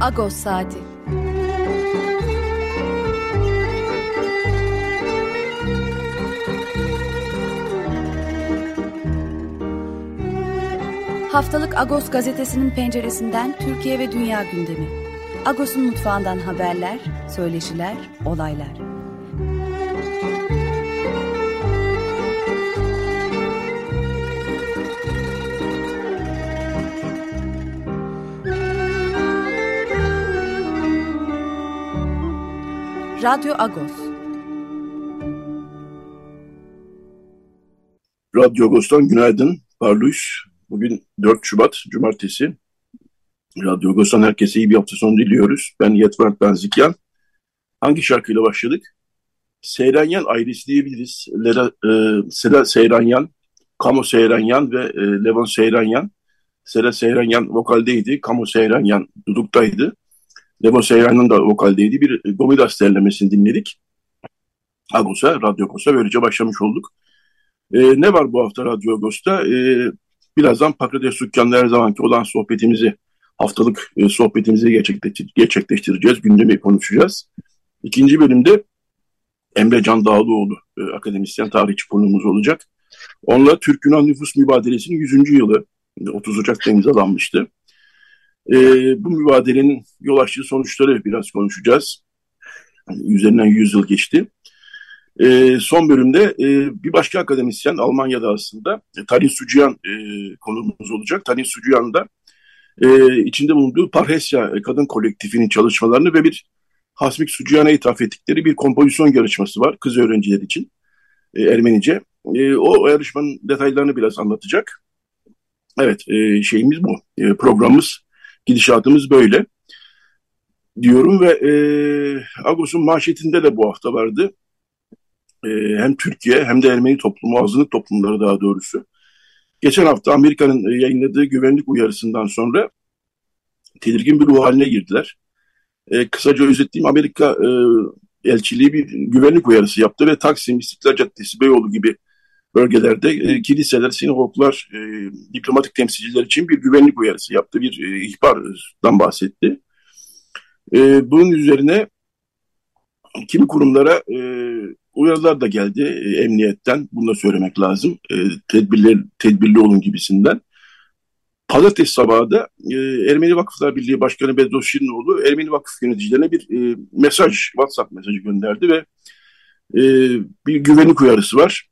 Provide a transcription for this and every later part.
Agos Saati. Haftalık Agos gazetesinin penceresinden Türkiye ve dünya gündemi. Agos'un mutfağından haberler, söyleşiler, olaylar. Radyo Agos. Radyo Agos'tan günaydın. Parlıyız. Bugün 4 Şubat Cumartesi. Radyo Agos'tan herkese iyi bir hafta sonu diliyoruz. Ben Yetvert Benzikyan. Hangi şarkıyla başladık? Seyranyan ailesi diyebiliriz. Sera Seyranyan, Kamo Seyranyan ve Levon Seyranyan. Sera Seyranyan vokaldeydi. Kamo Seyranyan duduktaydı. Levon Seyranyan da vokaldeydi. Bir Gomidas derlemesini dinledik. Agos'a, Radyo Agos'a böylece başlamış olduk. Ne var bu hafta Radyo Agos'ta? Birazdan Pakrates Dükkan'la her zamanki olan haftalık sohbetimizi gerçekleştireceğiz. Gündemi konuşacağız. İkinci bölümde Emre Can Dağlıoğlu, akademisyen, tarihçi konuğumuz olacak. Onunla Türk-Yunan nüfus mübadelesinin 100. yılı 30 Ocak'ta imzalanmıştı. Bu mübadelenin yol açtığı sonuçları biraz konuşacağız. Üzerinden 100 yıl geçti. Son bölümde bir başka akademisyen Almanya'da aslında Tarin Sucuyan konuğumuz olacak. Tarin Sucuyan da içinde bulunduğu Parhesya Kadın Kolektifinin çalışmalarını ve bir Hasmik Sucuyan'a ithaf ettikleri bir kompozisyon yarışması var kız öğrenciler için Ermenice. O yarışmanın detaylarını biraz anlatacak. Evet, şeyimiz bu. Programımız, gidişatımız böyle diyorum ve Agos'un manşetinde de bu hafta vardı. Hem Türkiye hem de Ermeni toplumu, azınlık toplumları daha doğrusu. Geçen hafta Amerika'nın yayınladığı güvenlik uyarısından sonra tedirgin bir ruh haline girdiler. Kısaca özetleyeyim, Amerika elçiliği bir güvenlik uyarısı yaptı ve Taksim, İstiklal Caddesi, Beyoğlu gibi bölgelerde kiliseler, sinagoglar, diplomatik temsilciler için bir güvenlik uyarısı yaptı. Bir ihbardan bahsetti. Bunun üzerine kimi kurumlara uyarılar da geldi emniyetten. Bunu da söylemek lazım. Tedbirli olun gibisinden. Pazartesi sabahı da Ermeni Vakıflar Birliği Başkanı Bedros Şirinoğlu Ermeni vakıf yöneticilerine bir WhatsApp mesajı gönderdi ve bir güvenlik uyarısı var.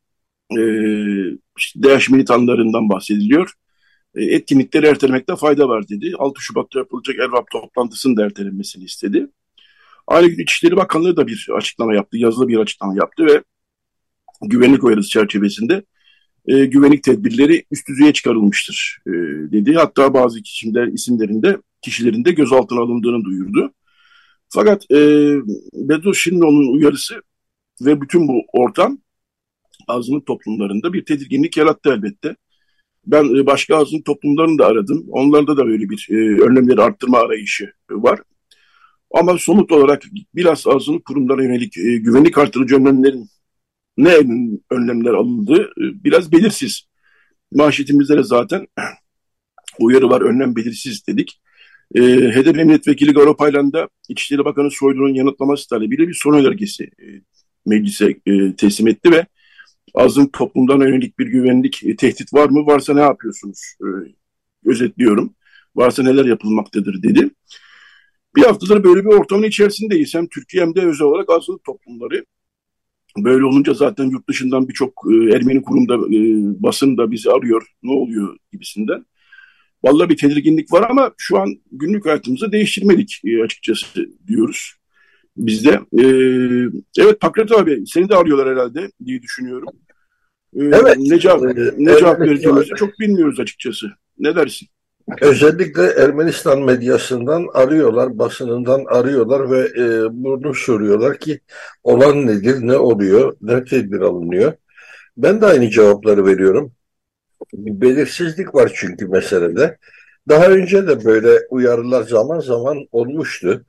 DAEŞ militanlarından bahsediliyor. Etkinlikleri ertelemekte fayda var dedi. 6 Şubat'ta yapılacak Ervap toplantısının da ertelenmesini istedi. Aynı gün İçişleri Bakanlığı da bir açıklama yaptı, yazılı bir açıklama yaptı ve güvenlik uyarısı çerçevesinde güvenlik tedbirleri üst düzeye çıkarılmıştır dedi. Hatta bazı kişilerin de gözaltına alındığını duyurdu. Fakat Bedros Şirinoğlu'nun uyarısı ve bütün bu ortam azınlık toplumlarında bir tedirginlik yarattı elbette. Ben başka azınlık toplumlarını da aradım. Onlarda da böyle bir önlemleri arttırma arayışı var. Ama somut olarak biraz azınlık kurumlara yönelik güvenlik artırıcı önlemlerin ne önlemler alındığı biraz belirsiz. Manşetimizde de zaten uyarı var, önlem belirsiz dedik. HDP Milletvekili Garo Paylan da İçişleri Bakanı Soylu'nun yanıtlaması talebiyle bir son önergesi meclise teslim etti ve azınlık toplumdan yönelik bir güvenlik tehdit var mı? Varsa ne yapıyorsunuz? Özetliyorum. Varsa neler yapılmaktadır dedi. Bir haftadır böyle bir ortamın içerisindeyiz. Hem Türkiye hem de özel olarak azınlık toplumları. Böyle olunca zaten yurt dışından birçok Ermeni kurumda, basın da bizi arıyor. Ne oluyor gibisinden. Vallahi bir tedirginlik var ama şu an günlük hayatımızı değiştirmedik açıkçası diyoruz. Biz de. Evet Pakrat abi, seni de arıyorlar herhalde diye düşünüyorum. Evet. Ne cevap vereceğimizi çok bilmiyoruz açıkçası. Ne dersin? Özellikle Ermenistan medyasından arıyorlar, basınından arıyorlar ve bunu soruyorlar ki olan nedir, ne oluyor, ne tedbir alınıyor. Ben de aynı cevapları veriyorum. Bir belirsizlik var çünkü meselede. Daha önce de böyle uyarılar zaman zaman olmuştu.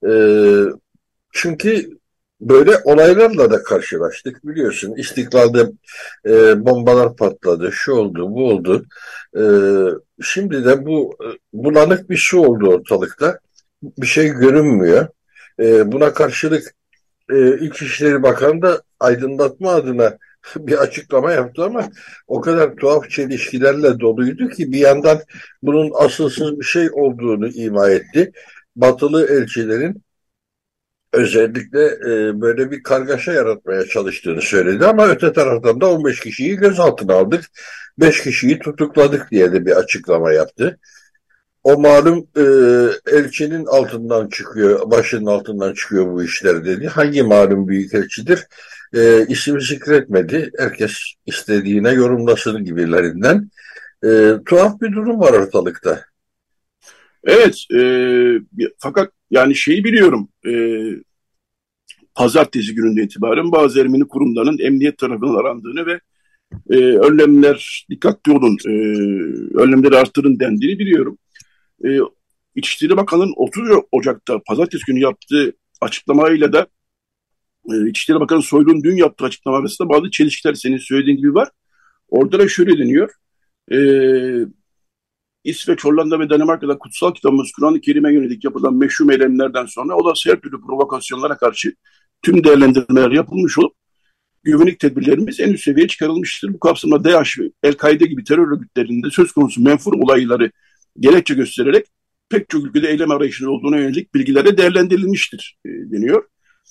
Çünkü böyle olaylarla da karşılaştık biliyorsun. İstiklal'de bombalar patladı, şu oldu, bu oldu. Şimdi de bu bulanık bir su oldu ortalıkta. bir şey görünmüyor. Buna karşılık İçişleri Bakanı da aydınlatma adına bir açıklama yaptı ama o kadar tuhaf çelişkilerle doluydu ki bir yandan bunun asılsız bir şey olduğunu ima etti. Batılı elçilerin özellikle böyle bir kargaşa yaratmaya çalıştığını söyledi ama öte taraftan da 15 kişiyi gözaltına aldık, 5 kişiyi tutukladık diye de bir açıklama yaptı. O malum elçinin altından çıkıyor, başının altından çıkıyor bu işler dedi. Hangi malum büyükelçidir? İsim zikretmedi. Herkes istediğine yorumlasın gibilerinden. Tuhaf bir durum var ortalıkta. Evet, fakat yani şeyi biliyorum, pazartesi gününde itibaren bazı Ermeni kurumlarının emniyet tarafından arandığını ve önlemler dikkatli olun, önlemleri arttırın dendiğini biliyorum. E, İçişleri Bakanı'nın 30 Ocak'ta pazartesi günü yaptığı açıklamayla da İçişleri Bakanı Soylu'nun dün yaptığı açıklama arasında bazı çelişkiler senin söylediğin gibi var. Orada da şöyle deniyor. E, İsveç, Hollanda ve Danimarka'da kutsal kitabımız Kur'an-ı Kerim'e yönelik yapılan meşru eylemlerden sonra olası her türlü provokasyonlara karşı tüm değerlendirmeler yapılmış olup güvenlik tedbirlerimiz en üst seviyeye çıkarılmıştır. Bu kapsamda DAEŞ ve El-Kaide gibi terör örgütlerinde söz konusu menfur olayları gerekçe göstererek pek çok ülkede eylem arayışında olduğuna yönelik bilgilere değerlendirilmiştir deniyor.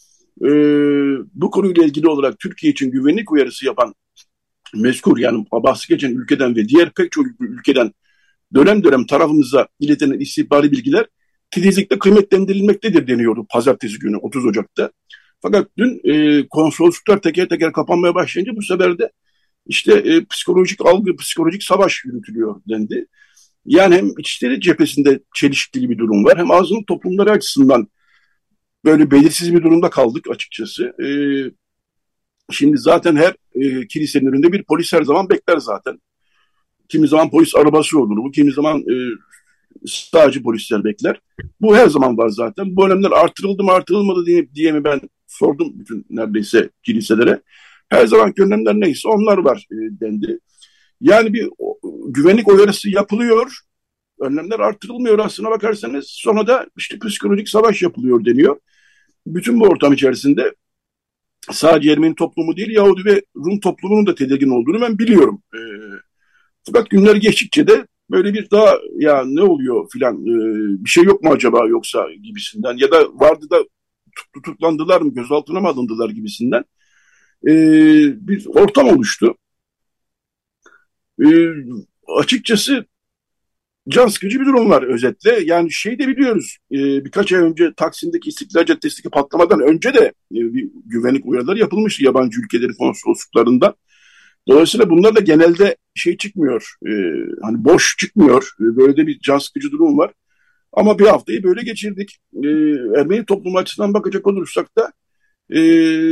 Bu konuyla ilgili olarak Türkiye için güvenlik uyarısı yapan mezkur yani bahsi geçen ülkeden ve diğer pek çok ülkeden dönem dönem tarafımıza iletilen istihbari bilgiler titizlikle kıymetlendirilmektedir deniyordu pazartesi günü 30 Ocak'ta. Fakat dün konsolosluklar teker teker kapanmaya başlayınca bu sefer de işte psikolojik algı, psikolojik savaş yürütülüyor dendi. Yani hem içişleri cephesinde çelişkili bir durum var hem azınlık toplumları açısından böyle belirsiz bir durumda kaldık açıkçası. Şimdi zaten her kilisenin önünde bir polis her zaman bekler zaten. Kimi zaman polis arabası olur bu, kimi zaman sadece polisler bekler. Bu her zaman var zaten. Bu önlemler artırıldı mı artırılmadı diye mi ben sordum bütün neredeyse kiliselere. Her zamanki önlemler neyse onlar var dendi. Yani bir güvenlik uyarısı yapılıyor. Önlemler artırılmıyor aslına bakarsanız. Sonra da işte psikolojik savaş yapılıyor deniyor. Bütün bu ortam içerisinde sadece Ermeni toplumu değil Yahudi ve Rum toplumunun da tedirgin olduğunu ben biliyorum. Fakat günler geçtikçe de böyle bir daha ya ne oluyor filan bir şey yok mu acaba yoksa gibisinden ya da vardı da tutuklandılar mı gözaltına mı alındılar gibisinden e, bir ortam oluştu. E, Açıkçası can sıkıcı bir durum var özetle. Yani şey de biliyoruz birkaç ay önce Taksim'deki İstiklal Caddesi'ndeki patlamadan önce de bir güvenlik uyarıları yapılmıştı yabancı ülkelerin konsolosluklarında. Dolayısıyla bunlar da genelde şey çıkmıyor, hani boş çıkmıyor. Böyle de bir can sıkıcı durum var. Ama bir haftayı böyle geçirdik. Ermeni toplumu açısından bakacak olursak da e,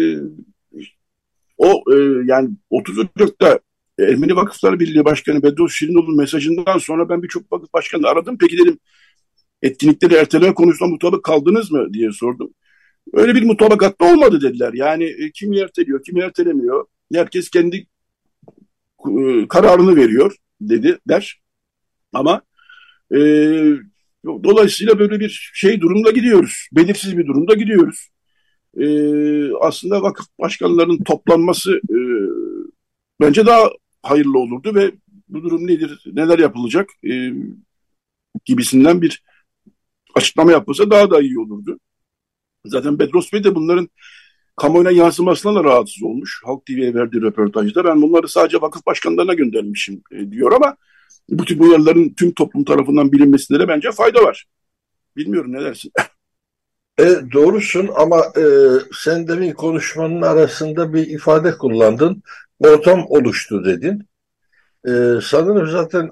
yani 30 Ocak'ta Ermeni Vakıflar Birliği Başkanı Bedros Şirinoğlu'nun mesajından sonra ben birçok vakıf başkanı aradım. Peki dedim etkinlikleri erteleme konusunda mutabık kaldınız mı diye sordum. Öyle bir mutabakat da olmadı dediler. Yani kimi erteliyor, kimi ertelemiyor. Herkes kendi kararını veriyor dediler. Ama e, dolayısıyla böyle bir şey durumda gidiyoruz. Belirsiz bir durumda gidiyoruz. Aslında vakıf başkanlarının toplanması bence daha hayırlı olurdu ve bu durum nedir, neler yapılacak gibisinden bir açıklama yapılsa daha da iyi olurdu. Zaten Bedros Bey de bunların kamuoyuna yansımasına da rahatsız olmuş. Halk TV'ye verdiği röportajda ben bunları sadece vakıf başkanlarına göndermişim diyor ama bu tip uyarıların tüm toplum tarafından bilinmesinde de bence fayda var. Bilmiyorum ne dersin? Doğrusun ama sen demin konuşmanın arasında bir ifade kullandın. Ortam oluştu dedin. Sanırım zaten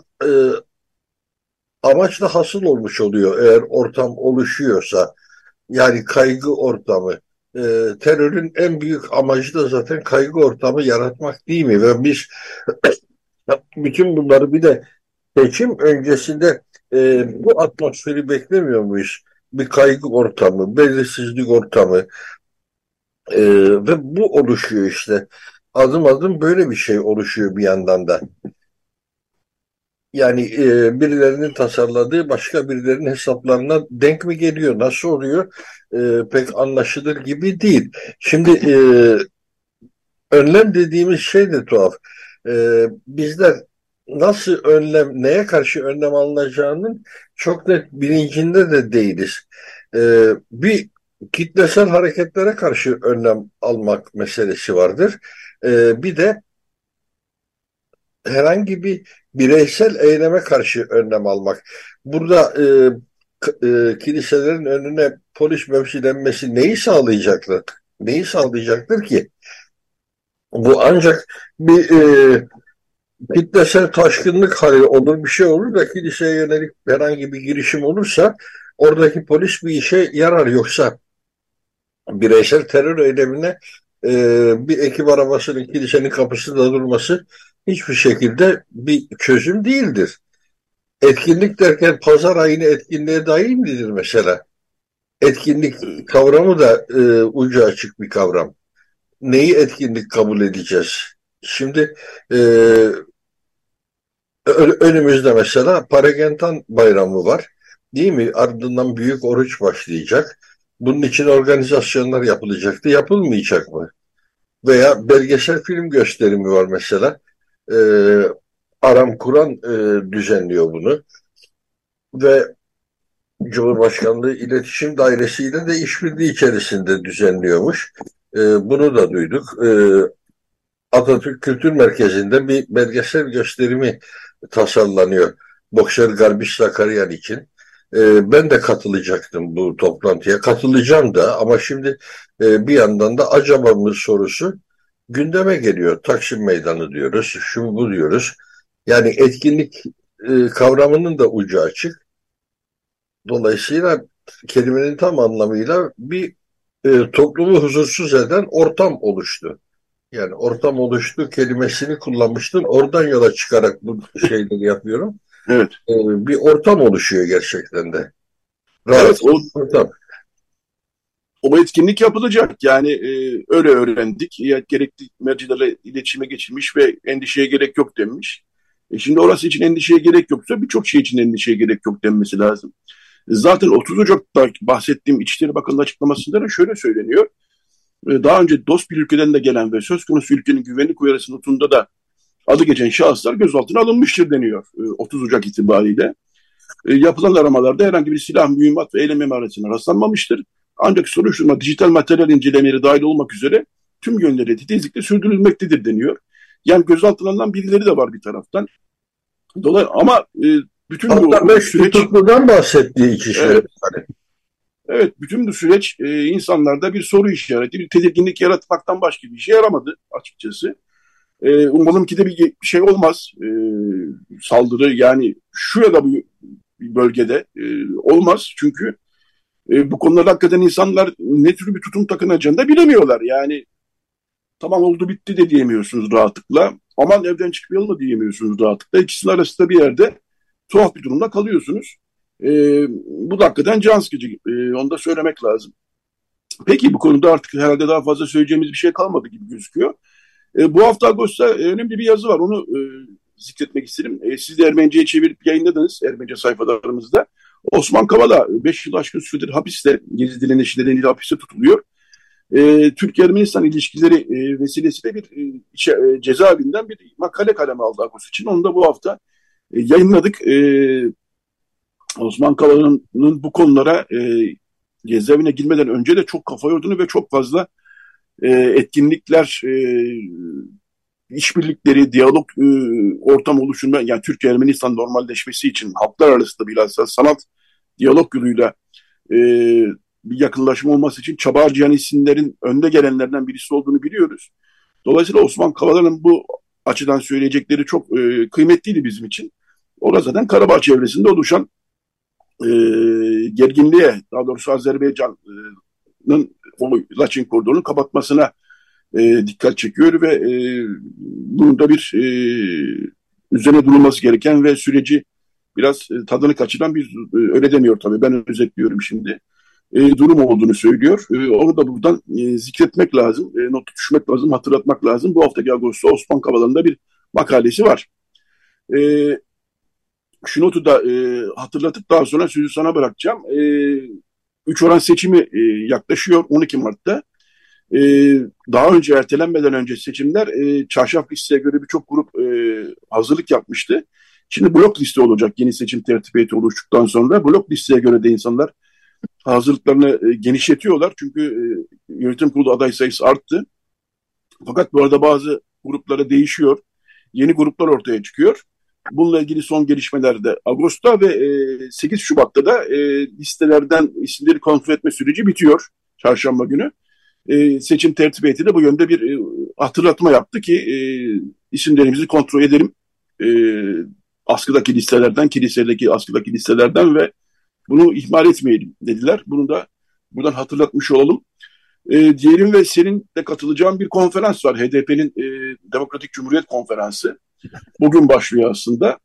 amaç da hasıl olmuş oluyor eğer ortam oluşuyorsa. Yani kaygı ortamı. Terörün en büyük amacı da zaten kaygı ortamı yaratmak değil mi? Ve biz bütün bunları bir de seçim öncesinde bu atmosferi beklemiyor muyuz? Bir kaygı ortamı, belirsizlik ortamı ve bu oluşuyor işte. Adım adım böyle bir şey oluşuyor bir yandan da. Yani birilerinin tasarladığı başka birilerinin hesaplarına denk mi geliyor? Nasıl oluyor? Pek anlaşılır gibi değil. Şimdi önlem dediğimiz şey de tuhaf. Bizler nasıl neye karşı önlem alınacağının çok net bilincinde de değiliz. Bir kitlesel hareketlere karşı önlem almak meselesi vardır. Bir de herhangi bir bireysel eyleme karşı önlem almak. Burada kiliselerin önüne polis mevzilenmesi neyi sağlayacaktır? Neyi sağlayacaktır ki? Bu ancak bir kitlesel taşkınlık hali olur, bir şey olur da kiliseye yönelik herhangi bir girişim olursa oradaki polis bir işe yarar. Yoksa bireysel terör eylemine bir ekip arabasının kilisenin kapısında durması hiçbir şekilde bir çözüm değildir. Etkinlik derken pazar ayını etkinliğe dahil midir mesela? Etkinlik kavramı da ucu açık bir kavram. Neyi etkinlik kabul edeceğiz? Şimdi önümüzde mesela Paragentan Bayramı var. Değil mi? Ardından büyük oruç başlayacak. Bunun için organizasyonlar yapılacaktı. Yapılmayacak mı? Veya belgesel film gösterimi var mesela. Aram Kur'an düzenliyor bunu. Ve Cumhurbaşkanlığı İletişim Dairesi ile de işbirliği içerisinde düzenliyormuş. Bunu da duyduk. Atatürk Kültür Merkezi'nde bir belgesel gösterimi tasarlanıyor. Boksör Garbiş Zakaryan için. Ben de katılacaktım bu toplantıya. Katılacağım da ama şimdi bir yandan da acaba mı sorusu gündeme geliyor. Taksim Meydanı diyoruz, şu bu diyoruz. Yani etkinlik kavramının da ucu açık. Dolayısıyla kelimenin tam anlamıyla bir toplumu huzursuz eden ortam oluştu. Yani ortam oluştu kelimesini kullanmıştım. Oradan yola çıkarak bu şeyleri yapıyorum. Evet. Bir ortam oluşuyor gerçekten de. Evet, Rahat ortam. o etkinlik yapılacak. Yani öyle öğrendik. Gerekli mercilerle iletişime geçilmiş ve endişeye gerek yok denmiş. Şimdi orası için endişeye gerek yoksa birçok şey için endişeye gerek yok denmesi lazım. Zaten 30 Ocak'ta bahsettiğim İçişleri Bakanı'nın açıklamasında da şöyle söyleniyor. Daha önce dost bir ülkeden de gelen ve söz konusu ülkenin güvenlik uyarısı notunda da adı geçen şahıslar gözaltına alınmıştır deniyor 30 Ocak itibariyle. Yapılan aramalarda herhangi bir silah, mühimmat ve eylem emaresine rastlanmamıştır. Ancak soruşturma dijital materyal incelemeleri dahil olmak üzere tüm yönleriyle titizlikle sürdürülmektedir deniyor. Yani gözaltına alınan birileri de var bir taraftan. Ama bütün Hatta bu 5 süreç... tutukludan bahsettiği İçişleri Evet, Bakanı. evet, bütün bu süreç insanlarda bir soru işareti, bir tedirginlik yaratmaktan başka bir işe yaramadı açıkçası. Umalım ki de bir şey olmaz. Saldırı yani şu ya da bu bölgede olmaz. Çünkü bu konularda hakikaten insanlar ne tür bir tutum takınacağını da bilemiyorlar. Yani tamam oldu bitti de diyemiyorsunuz rahatlıkla. Aman evden çıkmayalım da diyemiyorsunuz rahatlıkla. İkisinin arasında bir yerde tuhaf bir durumda kalıyorsunuz. Bu da hakikaten can sıkıcı. Onu da söylemek lazım. Peki bu konuda artık herhalde daha fazla söyleyeceğimiz bir şey kalmadı gibi gözüküyor. Bu hafta Ağustos'ta önemli bir yazı var. Onu zikretmek isterim. Siz de Ermenice'ye çevirip yayınladınız Ermenice sayfalarımızda. Osman Kavala 5 yıl aşkın süredir hapiste, Gezi direnişi nedeniyle hapiste tutuluyor. Türkiye-Ermenistan ilişkileri vesilesiyle bir cezaevinden bir makale kaleme aldı Agos için. Onu da bu hafta yayınladık. Osman Kavala'nın bu konulara cezaevine girmeden önce de çok kafa yorduğunu ve çok fazla etkinlikler, işbirlikleri, diyalog ortam oluşturma, yani Türkiye-Ermenistan normalleşmesi için halklar arasında bilhassa sanat diyalog yoluyla bir yakınlaşma olması için çaba harcayan isimlerin önde gelenlerden birisi olduğunu biliyoruz. Dolayısıyla Osman Kavala'nın bu açıdan söyleyecekleri çok kıymetliydi bizim için. O da zaten Karabağ çevresinde oluşan gerginliğe, daha doğrusu Azerbaycan'ın o Laçin koridorunun kapatmasına dikkat çekiyor ve bunun da bir üzerine durulması gereken ve süreci biraz tadını kaçıran bir, öyle demiyor tabii, ben özetliyorum şimdi, durum olduğunu söylüyor. Onu da buradan zikretmek lazım, not düşmek lazım, hatırlatmak lazım. Bu haftaki Ağustos'ta Osman Kavala'nın da bir makalesi var. şu notu da hatırlatıp daha sonra sözü sana bırakacağım. 3 oran seçimi yaklaşıyor 12 Mart'ta. E, Daha önce ertelenmeden önce seçimler çarşaf listeye göre birçok grup hazırlık yapmıştı. Şimdi blok liste olacak yeni seçim tertip heyeti oluştuktan sonra. Blok listeye göre de insanlar hazırlıklarını genişletiyorlar. Çünkü yönetim kurulu aday sayısı arttı. Fakat bu arada bazı gruplara değişiyor. Yeni gruplar ortaya çıkıyor. Bununla ilgili son gelişmeler de Ağustos'ta ve 8 Şubat'ta da listelerden isimleri kontrol etme süreci bitiyor çarşamba günü. Seçim tertip heyeti de bu yönde bir hatırlatma yaptı ki isimlerimizi kontrol edelim. E, Askıdaki listelerden, kilisedeki askıdaki listelerden ve bunu ihmal etmeyelim dediler. Bunu da buradan hatırlatmış olalım. Diyelim ve senin de katılacağın bir konferans var. HDP'nin Demokratik Cumhuriyet Konferansı. Bugün başlıyor aslında.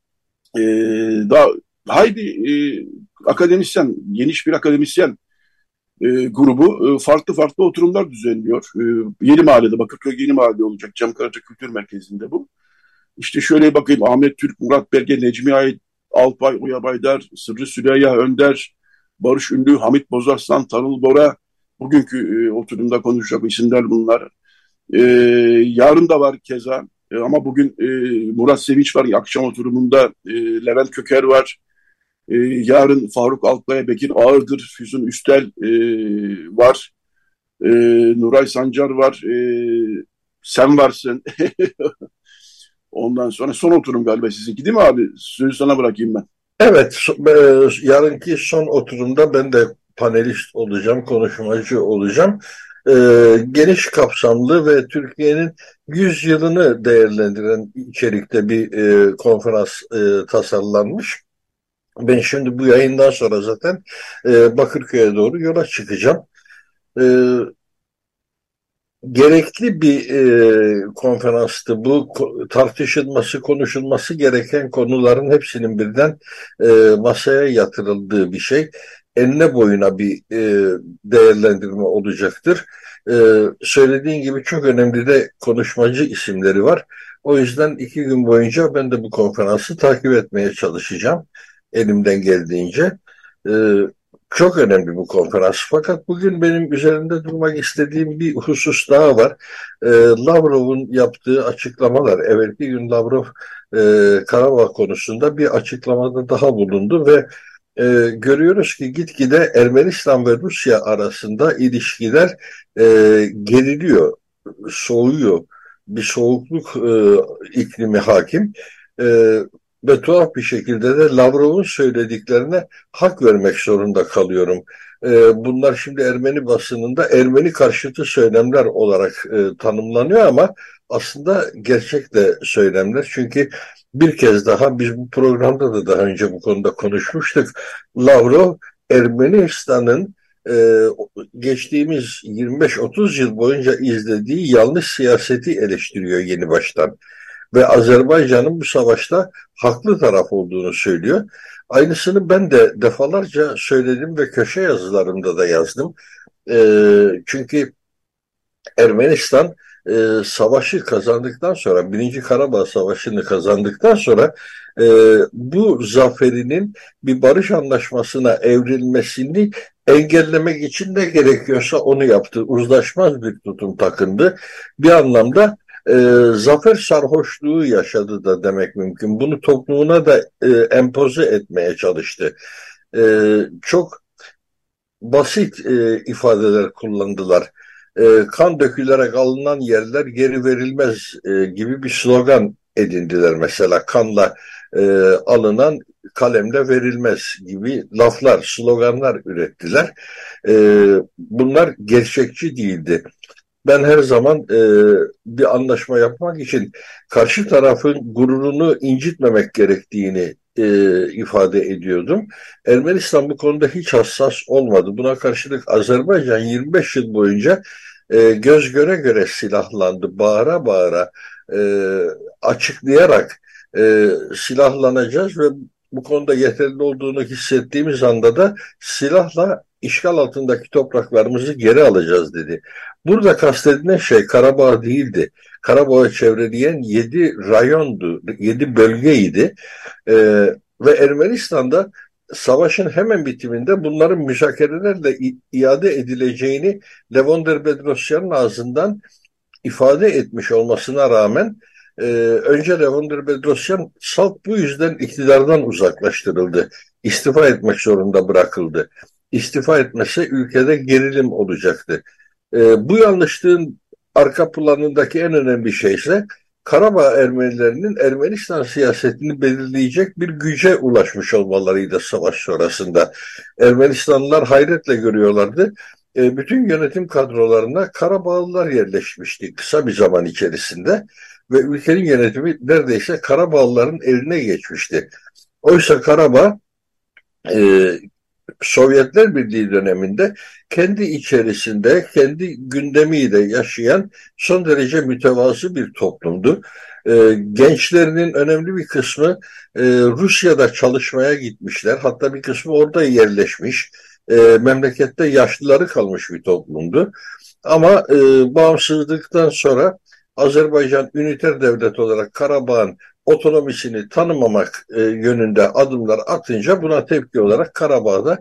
Daha haydi akademisyen, geniş bir akademisyen grubu farklı farklı oturumlar düzenliyor. Yeni Mahalle'de, Bakırköy Yeni Mahalle olacak. Cem Karaca Kültür Merkezi'nde bu. İşte şöyle bakayım: Ahmet Türk, Murat Belge, Necmi Ait, Alpay Uyabaydar, Sırrı Süreyya Önder, Barış Ünlü, Hamit Bozarslan, Tanıl Bora. Bugünkü oturumda konuşacak isimler bunlar. Yarın da var keza. Ama bugün Murat Sevinç var. Akşam oturumunda Levent Köker var. Yarın Faruk Alpay, Bekir Ağırdır, Füsun Üstel var. Nuray Sancar var. Sen varsın. Ondan sonra son oturum galiba sizinki, değil mi abi? Sözü sana bırakayım ben. Evet, yarınki son oturumda ben de panelist olacağım, konuşmacı olacağım. Geniş kapsamlı ve Türkiye'nin 100 yılını değerlendiren içerikte bir konferans tasarlanmış. Ben şimdi bu yayından sonra zaten Bakırköy'e doğru yola çıkacağım. E, Gerekli bir konferanstı. Bu tartışılması, konuşulması gereken konuların hepsinin birden masaya yatırıldığı bir şey. Enine boyuna bir değerlendirme olacaktır. Söylediğin gibi çok önemli de konuşmacı isimleri var. O yüzden 2 gün boyunca ben de bu konferansı takip etmeye çalışacağım elimden geldiğince. E, Çok önemli bu konferans. Fakat bugün benim üzerinde durmak istediğim bir husus daha var. Lavrov'un yaptığı açıklamalar. Evvelki gün Lavrov Karabağ konusunda bir açıklamada daha bulundu ve görüyoruz ki gitgide Ermenistan ve Rusya arasında ilişkiler geriliyor, soğuyor. Bir soğukluk iklimi hakim. E, Ve tuhaf bir şekilde de Lavrov'un söylediklerine hak vermek zorunda kalıyorum. Bunlar şimdi Ermeni basınında Ermeni karşıtı söylemler olarak tanımlanıyor ama aslında gerçek de söylemler. Çünkü bir kez daha biz bu programda da daha önce bu konuda konuşmuştuk. Lavrov Ermenistan'ın geçtiğimiz 25-30 yıl boyunca izlediği yanlış siyaseti eleştiriyor yeni baştan. Ve Azerbaycan'ın bu savaşta haklı taraf olduğunu söylüyor. Aynısını ben de defalarca söyledim ve köşe yazılarımda da yazdım. Çünkü Ermenistan savaşı kazandıktan sonra, Birinci Karabağ Savaşı'nı kazandıktan sonra bu zaferinin bir barış anlaşmasına evrilmesini engellemek için ne gerekiyorsa onu yaptı. Uzlaşmaz bir tutum takındı. Bir anlamda zafer sarhoşluğu yaşadı da demek mümkün. Bunu toplumuna da empoze etmeye çalıştı. Çok basit ifadeler kullandılar. Kan dökülerek alınan yerler geri verilmez gibi bir slogan edindiler mesela. Kanla alınan kalemle verilmez gibi laflar, sloganlar ürettiler. Bunlar gerçekçi değildi. Ben her zaman bir anlaşma yapmak için karşı tarafın gururunu incitmemek gerektiğini ifade ediyordum. Ermenistan bu konuda hiç hassas olmadı. Buna karşılık Azerbaycan 25 yıl boyunca göz göre göre silahlandı. Bağıra bağıra, açıklayarak silahlanacağız ve bu konuda yeterli olduğunu hissettiğimiz anda da silahla işgal altındaki topraklarımızı geri alacağız dedi. Burada kastedilen şey Karabağ değildi. Karabağ'ı çevreleyen 7 rayondu, 7 bölgeydi. Ve Ermenistan'da savaşın hemen bitiminde bunların müzakerelerle iade edileceğini Levon Bedrosyan'ın ağzından ifade etmiş olmasına rağmen önce Levon Bedrosyan salt bu yüzden iktidardan uzaklaştırıldı. İstifa etmek zorunda bırakıldı. İstifa etmese ülkede gerilim olacaktı. Bu yanlışlığın arka planındaki en önemli şey ise Karabağ Ermenilerinin Ermenistan siyasetini belirleyecek bir güce ulaşmış olmalarıydı savaş sonrasında. Ermenistanlılar hayretle görüyorlardı. Bütün yönetim kadrolarına Karabağlılar yerleşmişti kısa bir zaman içerisinde ve ülkenin yönetimi neredeyse Karabağlıların eline geçmişti. Oysa Karabağ e, Sovyetler Birliği döneminde kendi içerisinde, kendi gündemiyle yaşayan son derece mütevazı bir toplumdu. Gençlerinin önemli bir kısmı Rusya'da çalışmaya gitmişler. Hatta bir kısmı orada yerleşmiş. Memlekette yaşlıları kalmış bir toplumdu. Ama bağımsızlıktan sonra Azerbaycan üniter devlet olarak Karabağ'ın otonomisini tanımamak yönünde adımlar atınca buna tepki olarak Karabağ'da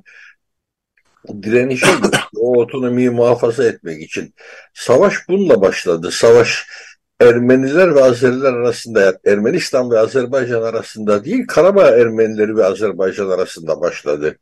direnişe gitti. O otonomiyi muhafaza etmek için. Savaş bununla başladı. Savaş Ermeniler ve Azeriler arasında, Ermenistan ve Azerbaycan arasında değil, Karabağ Ermenileri ve Azerbaycan arasında başladı.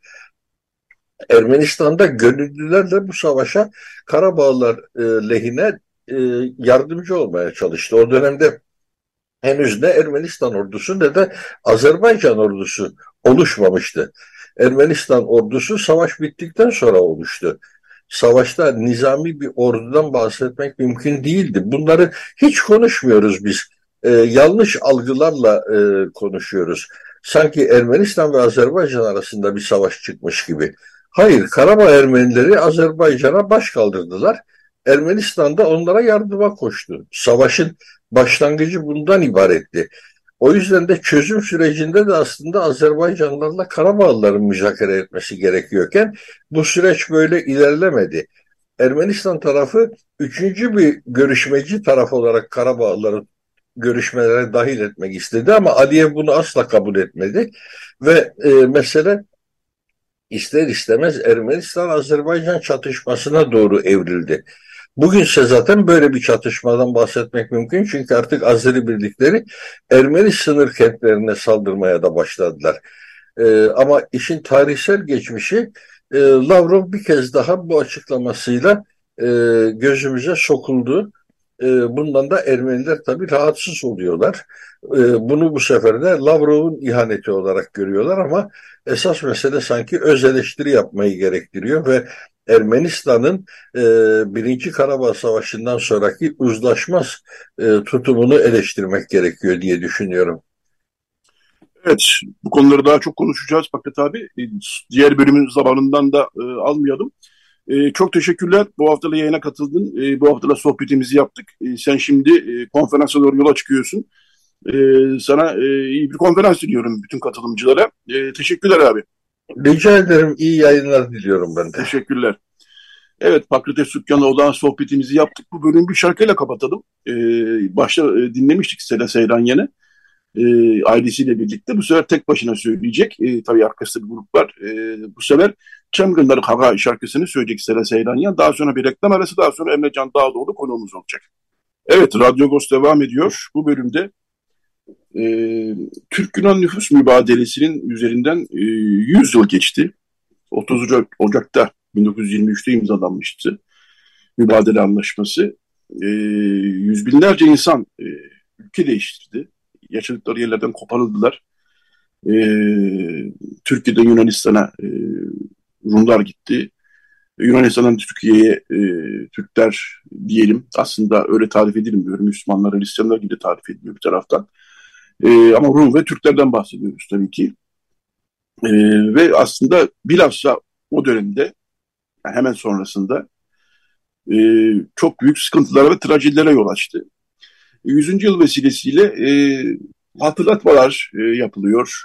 Ermenistan'da gönüllüler de bu savaşa Karabağlar lehine yardımcı olmaya çalıştı. O dönemde henüz ne Ermenistan ordusu ne de Azerbaycan ordusu oluşmamıştı. Ermenistan ordusu savaş bittikten sonra oluştu. Savaşta nizami bir ordudan bahsetmek mümkün değildi. Bunları hiç konuşmuyoruz biz. Yanlış algılarla konuşuyoruz. Sanki Ermenistan ve Azerbaycan arasında bir savaş çıkmış gibi. Hayır, Karabağ Ermenileri Azerbaycan'a baş kaldırdılar. Ermenistan da onlara yardıma koştu. Savaşın başlangıcı bundan ibaretti. O yüzden de çözüm sürecinde de aslında Azerbaycanlılarla Karabağlıların müzakere etmesi gerekiyorken bu süreç böyle ilerlemedi. Ermenistan tarafı üçüncü bir görüşmeci taraf olarak Karabağlıları görüşmelere dahil etmek istedi ama Aliyev bunu asla kabul etmedi ve mesele ister istemez Ermenistan-Azerbaycan çatışmasına doğru evrildi. Bugünse zaten böyle bir çatışmadan bahsetmek mümkün çünkü artık Azeri birlikleri Ermeni sınır kentlerine saldırmaya da başladılar. Ama işin tarihsel geçmişi Lavrov bir kez daha bu açıklamasıyla gözümüze sokuldu. Bundan da Ermeniler tabii rahatsız oluyorlar. Bunu bu sefer de Lavrov'un ihaneti olarak görüyorlar ama esas mesele sanki öz eleştiri yapmayı gerektiriyor ve Ermenistan'ın Birinci Karabağ Savaşı'ndan sonraki uzlaşmaz tutumunu eleştirmek gerekiyor diye düşünüyorum. Evet, bu konuları daha çok konuşacağız Fakat abi. Diğer bölümün zamanından da almayalım. Çok teşekkürler. Bu hafta da yayına katıldın. Bu hafta da sohbetimizi yaptık. Sen şimdi konferansa doğru yola çıkıyorsun. Sana iyi bir konferans diliyorum bütün katılımcılara. Teşekkürler abi. Rica ederim. İyi yayınlar diliyorum ben de. Teşekkürler. Evet, Pakrates Sükkan'la olan sohbetimizi yaptık. Bu bölümü bir şarkıyla kapatalım. Başta dinlemiştik Sela Seyranyen'i. Ailesiyle birlikte. Bu sefer tek başına söyleyecek. Tabii arkasında bir grup var. Bu sefer Çemgınları Kara şarkısını söyleyecek Sela Seyranyen. Daha sonra bir reklam arası, daha sonra Emrecan Dağdoğdu konuğumuz olacak. Evet, Radyo Agos devam ediyor. Bu bölümde Türk-Yunan nüfus mübadelesinin üzerinden 100 yıl geçti. 30 Ocak'ta 1923'te imzalanmıştı mübadele anlaşması. Yüz binlerce insan ülke değiştirdi. Yaşadıkları yerlerden koparıldılar. Türkiye'den Yunanistan'a Rumlar gitti. Yunanistan'dan Türkiye'ye Türkler diyelim. Aslında öyle tarif edilmiyor. Müslümanlar, Hristiyanlar gibi tarif ediliyor bir taraftan. Ama Rum ve Türklerden bahsediyoruz tabii ki. Ve aslında bilhassa o dönemde, yani hemen sonrasında çok büyük sıkıntılara ve trajedilere yol açtı. 100. yıl vesilesiyle hatırlatmalar yapılıyor.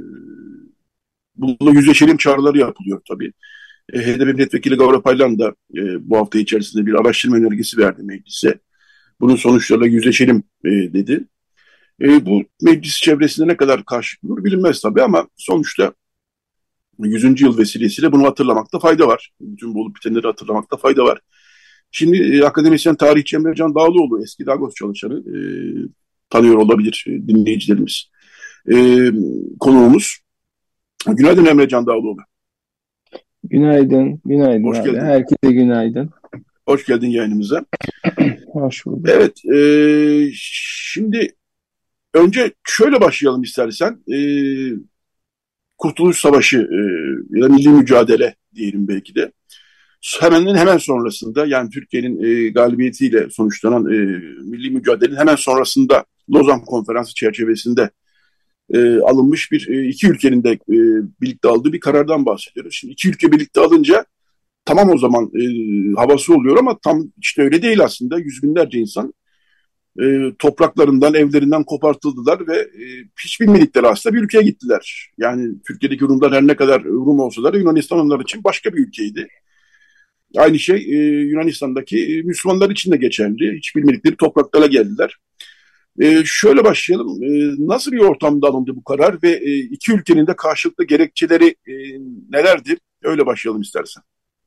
Bununla yüzleşelim çağrıları yapılıyor tabii. HDP Milletvekili Gavra Paylan da bu hafta içerisinde bir araştırma önergesi verdi meclise. Bunun sonuçlarıyla yüzleşelim dedi. Bu meclis çevresinde ne kadar karşılık bulur bilinmez tabii ama sonuçta 100. yıl vesilesiyle bunu hatırlamakta fayda var. Bütün bu olup bitenleri hatırlamakta fayda var. Şimdi akademisyen tarihçi Emre Can Dağlıoğlu, eski Dagos çalışanı, tanıyor olabilir dinleyicilerimiz. Konuğumuz. Günaydın Emre Can Dağlıoğlu. Günaydın, günaydın Hoş abi. geldin. Herkese günaydın. Hoş geldin yayınımıza. Hoş bulduk. Evet, şimdi önce şöyle başlayalım istersen. Kurtuluş Savaşı ya da milli mücadele diyelim belki de. Hemen sonrasında, yani Türkiye'nin galibiyetiyle sonuçlanan milli mücadelenin hemen sonrasında Lozan Konferansı çerçevesinde alınmış iki ülkenin de birlikte aldığı bir karardan bahsediyoruz. Şimdi iki ülke birlikte alınca tamam, o zaman havası oluyor ama tam işte öyle değil aslında. Yüz binlerce insan topraklarından, evlerinden kopartıldılar ve hiç bilmedikleri aslında bir ülkeye gittiler. Yani Türkiye'deki Rumlar her ne kadar Rum olsalar Yunanistan onlar için başka bir ülkeydi. Aynı şey Yunanistan'daki Müslümanlar için de geçerli. Hiç bilmedikleri topraklara geldiler. Şöyle başlayalım. Nasıl bir ortamda alındı bu karar ve iki ülkenin de karşılıklı gerekçeleri nelerdi? Öyle başlayalım istersen.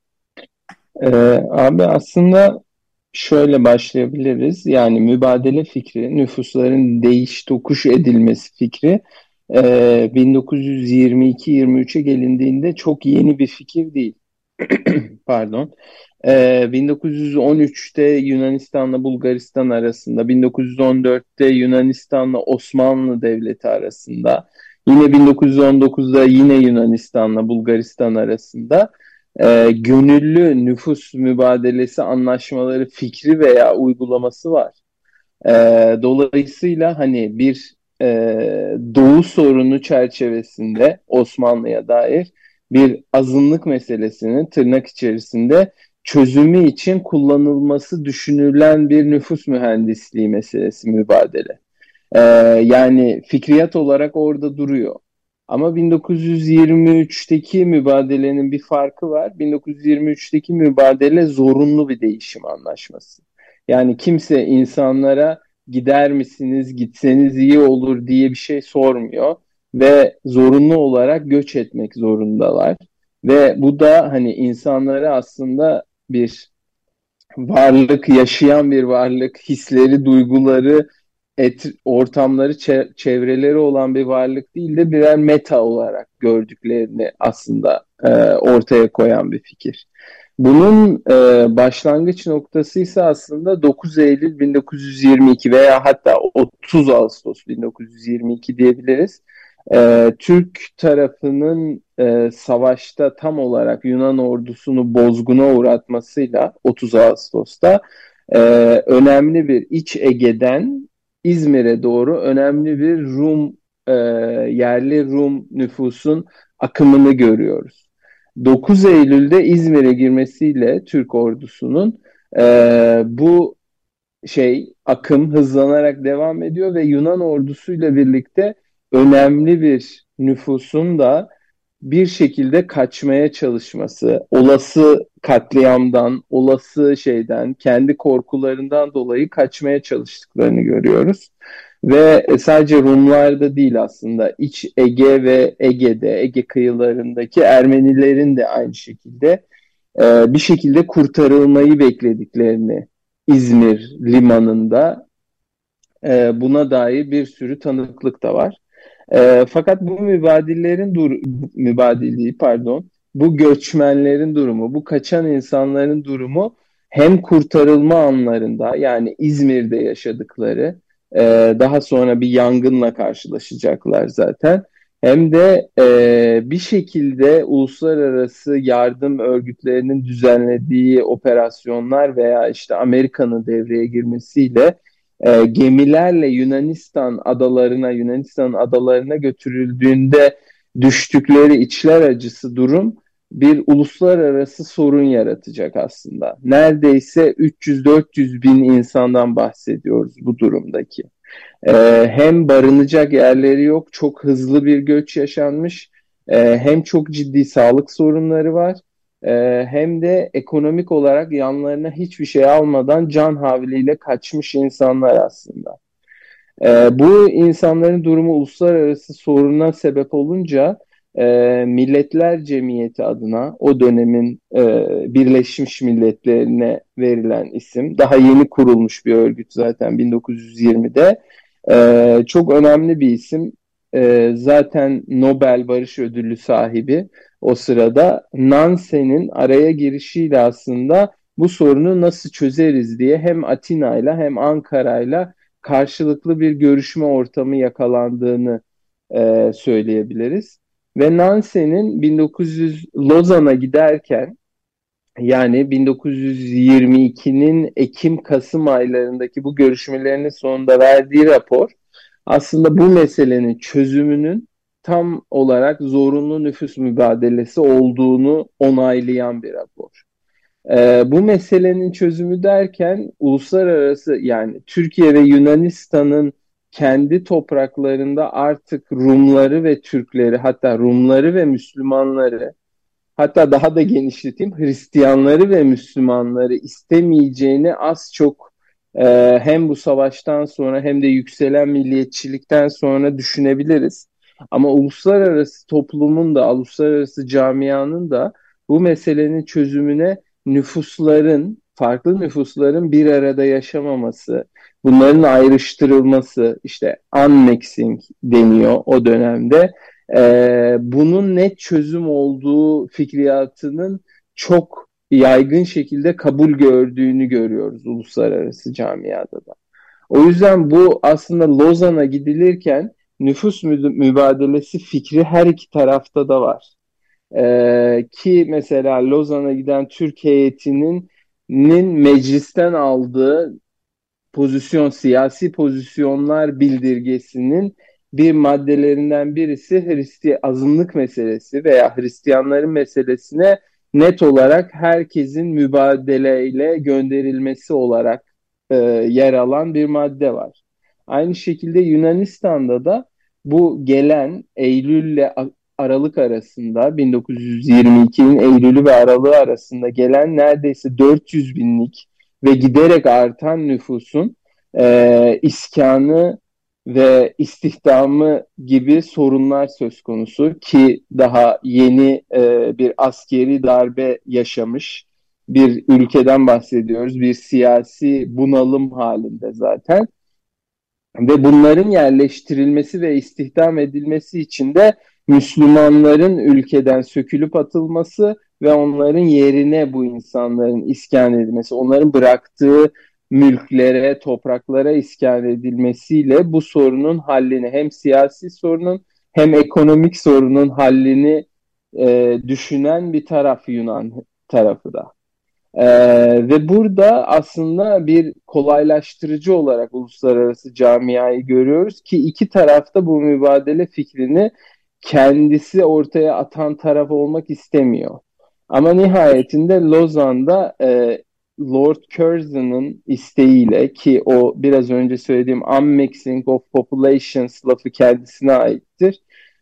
Abi aslında şöyle başlayabiliriz. Yani mübadele fikri, nüfusların değiş tokuş edilmesi fikri 1922-23'e gelindiğinde çok yeni bir fikir değil. Pardon. 1913'te Yunanistan'la Bulgaristan arasında, 1914'te Yunanistan'la Osmanlı Devleti arasında, yine 1919'da yine Yunanistan'la Bulgaristan arasında gönüllü nüfus mübadelesi anlaşmaları fikri veya uygulaması var. Dolayısıyla hani bir doğu sorunu çerçevesinde Osmanlı'ya dair bir azınlık meselesinin tırnak içerisinde çözümü için kullanılması düşünülen bir nüfus mühendisliği meselesi mübadele. Yani fikriyat olarak orada duruyor. Ama 1923'teki mübadelenin bir farkı var. 1923'teki mübadele zorunlu bir değişim anlaşması. Yani kimse insanlara gider misiniz, gitseniz iyi olur diye bir şey sormuyor ve zorunlu olarak göç etmek zorundalar. Ve bu da hani insanlara aslında bir varlık, yaşayan bir varlık, hisleri, duyguları, ortamları, çevreleri olan bir varlık değil de birer meta olarak gördüklerini aslında ortaya koyan bir fikir. Bunun başlangıç noktası ise aslında 9 Eylül 1922 veya hatta 30 Ağustos 1922 diyebiliriz. Türk tarafının savaşta tam olarak Yunan ordusunu bozguna uğratmasıyla 30 Ağustos'ta önemli bir İç Ege'den İzmir'e doğru önemli bir yerli Rum nüfusun akımını görüyoruz. 9 Eylül'de İzmir'e girmesiyle Türk ordusunun bu akım hızlanarak devam ediyor ve Yunan ordusuyla birlikte önemli bir nüfusun da bir şekilde kaçmaya çalışması, olası katliamdan, olası kendi korkularından dolayı kaçmaya çalıştıklarını görüyoruz. Ve sadece Rumlarda değil aslında İç Ege ve Ege kıyılarındaki Ermenilerin de aynı şekilde bir şekilde kurtarılmayı beklediklerini İzmir limanında buna dair bir sürü tanıklık da var. Fakat bu bu göçmenlerin durumu, bu kaçan insanların durumu hem kurtarılma anlarında yani İzmir'de yaşadıkları, daha sonra bir yangınla karşılaşacaklar zaten. Hem de bir şekilde uluslararası yardım örgütlerinin düzenlediği operasyonlar veya işte Amerika'nın devreye girmesiyle gemilerle Yunanistan adalarına götürüldüğünde düştükleri içler acısı durum bir uluslararası sorun yaratacak aslında. Neredeyse 300-400 bin insandan bahsediyoruz bu durumdaki. Hem barınacak yerleri yok, çok hızlı bir göç yaşanmış, hem çok ciddi sağlık sorunları var, hem de ekonomik olarak yanlarına hiçbir şey almadan can havliyle kaçmış insanlar aslında. Bu insanların durumu uluslararası soruna sebep olunca Milletler Cemiyeti adına o dönemin Birleşmiş Milletlerine verilen isim, daha yeni kurulmuş bir örgüt zaten 1920'de, çok önemli bir isim. Zaten Nobel Barış Ödülü sahibi o sırada, Nansen'in araya girişiyle aslında bu sorunu nasıl çözeriz diye hem Atina'yla hem Ankara'yla karşılıklı bir görüşme ortamı yakalandığını söyleyebiliriz. Ve Nansen'in 1900 Lozan'a giderken, yani 1922'nin Ekim-Kasım aylarındaki bu görüşmelerinin sonunda verdiği rapor aslında bu meselenin çözümünün tam olarak zorunlu nüfus mübadelesi olduğunu onaylayan bir rapor. Bu meselenin çözümü derken uluslararası, yani Türkiye ve Yunanistan'ın kendi topraklarında artık Rumları ve Türkleri, hatta Rumları ve Müslümanları, hatta daha da genişleteyim, Hristiyanları ve Müslümanları istemeyeceğini az çok hem bu savaştan sonra hem de yükselen milliyetçilikten sonra düşünebiliriz. Ama uluslararası toplumun da, uluslararası camianın da bu meselenin çözümüne farklı nüfusların bir arada yaşamaması, bunların ayrıştırılması, işte annexing deniyor o dönemde, bunun net çözüm olduğu fikriyatının çok yaygın şekilde kabul gördüğünü görüyoruz uluslararası camiada da. O yüzden bu aslında Lozan'a gidilirken nüfus mübadelesi fikri her iki tarafta da var. Ki mesela Lozan'a giden Türk heyetinin meclisten aldığı siyasi pozisyonlar bildirgesinin bir maddelerinden birisi azınlık meselesi veya Hristiyanların meselesine net olarak herkesin mübadeleyle gönderilmesi olarak yer alan bir madde var. Aynı şekilde Yunanistan'da da bu gelen Eylül ile Aralık arasında, 1922'nin Eylül'ü ve Aralık'ı arasında gelen neredeyse 400 binlik ve giderek artan nüfusun iskanı ve istihdamı gibi sorunlar söz konusu, ki daha yeni bir askeri darbe yaşamış bir ülkeden bahsediyoruz. Bir siyasi bunalım halinde zaten. Ve bunların yerleştirilmesi ve istihdam edilmesi için de Müslümanların ülkeden sökülüp atılması ve onların yerine bu insanların iskan edilmesi, onların bıraktığı mülklere, topraklara iskan edilmesiyle bu sorunun hallini, hem siyasi sorunun hem ekonomik sorunun hallini düşünen bir taraf Yunan tarafı da. Ve burada aslında bir kolaylaştırıcı olarak uluslararası camiayı görüyoruz ki iki tarafta bu mübadele fikrini kendisi ortaya atan taraf olmak istemiyor. Ama nihayetinde Lozan'da Lord Curzon'un isteğiyle, ki o biraz önce söylediğim unmixing of populations lafı kendisine aittir,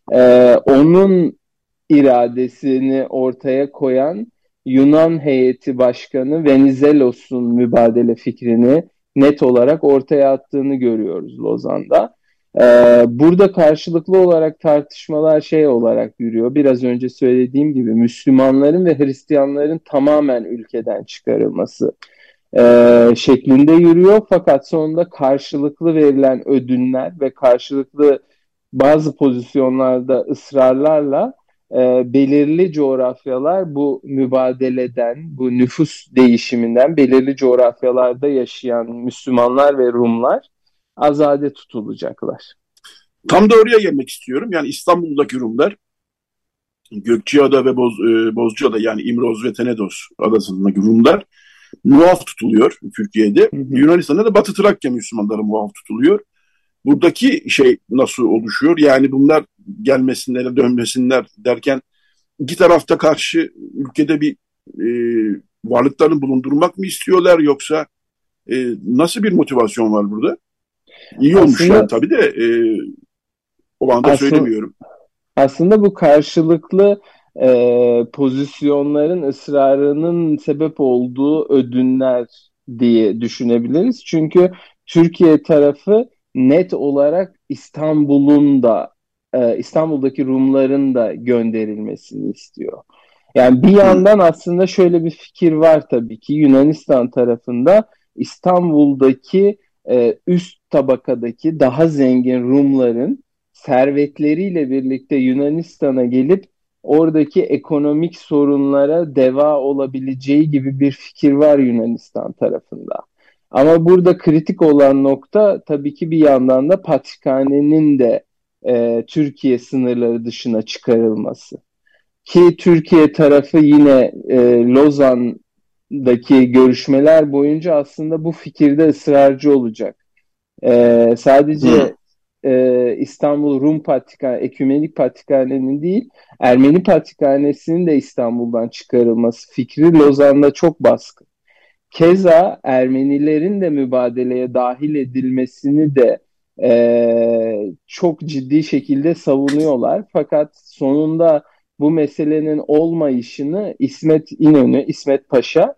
onun iradesini ortaya koyan Yunan heyeti başkanı Venizelos'un mübadele fikrini net olarak ortaya attığını görüyoruz Lozan'da. Burada karşılıklı olarak tartışmalar olarak yürüyor. Biraz önce söylediğim gibi Müslümanların ve Hristiyanların tamamen ülkeden çıkarılması şeklinde yürüyor. Fakat sonunda karşılıklı verilen ödünler ve karşılıklı bazı pozisyonlarda ısrarlarla belirli coğrafyalar bu mübadeleden, bu nüfus değişiminden belirli coğrafyalarda yaşayan Müslümanlar ve Rumlar azade tutulacaklar. Tam da oraya gelmek istiyorum. Yani İstanbul'daki Rumlar, Gökçeada ve Bozcaada, yani İmroz ve Tenedos adasındaki Rumlar muaf tutuluyor Türkiye'de. Hı hı. Yunanistan'da da Batı Trakya Müslümanları muaf tutuluyor. Buradaki nasıl oluşuyor? Yani bunlar gelmesinler, dönmesinler derken iki tarafta karşı ülkede bir varlıklarını bulundurmak mı istiyorlar, yoksa nasıl bir motivasyon var burada? İyi olmuş aslında, yani tabii de o anda söylemiyorum. Aslında bu karşılıklı pozisyonların ısrarının sebep olduğu ödünler diye düşünebiliriz. Çünkü Türkiye tarafı net olarak İstanbul'daki Rumların da gönderilmesini istiyor. Yani bir yandan aslında şöyle bir fikir var tabii ki Yunanistan tarafında İstanbul'daki üst tabakadaki daha zengin Rumların servetleriyle birlikte Yunanistan'a gelip oradaki ekonomik sorunlara deva olabileceği gibi bir fikir var Yunanistan tarafında. Ama burada kritik olan nokta tabii ki bir yandan da Patrikhane'nin de Türkiye sınırları dışına çıkarılması. Ki Türkiye tarafı yine Lozan'daki görüşmeler boyunca aslında bu fikirde ısrarcı olacak. Sadece İstanbul Rum Patrikhane, Ekümenik Patrikhane'nin değil, Ermeni Patrikhanesi'nin de İstanbul'dan çıkarılması fikri Lozan'da çok baskın. Keza Ermenilerin de mübadeleye dahil edilmesini de çok ciddi şekilde savunuyorlar. Fakat sonunda bu meselenin olmayışını İsmet İnönü, İsmet Paşa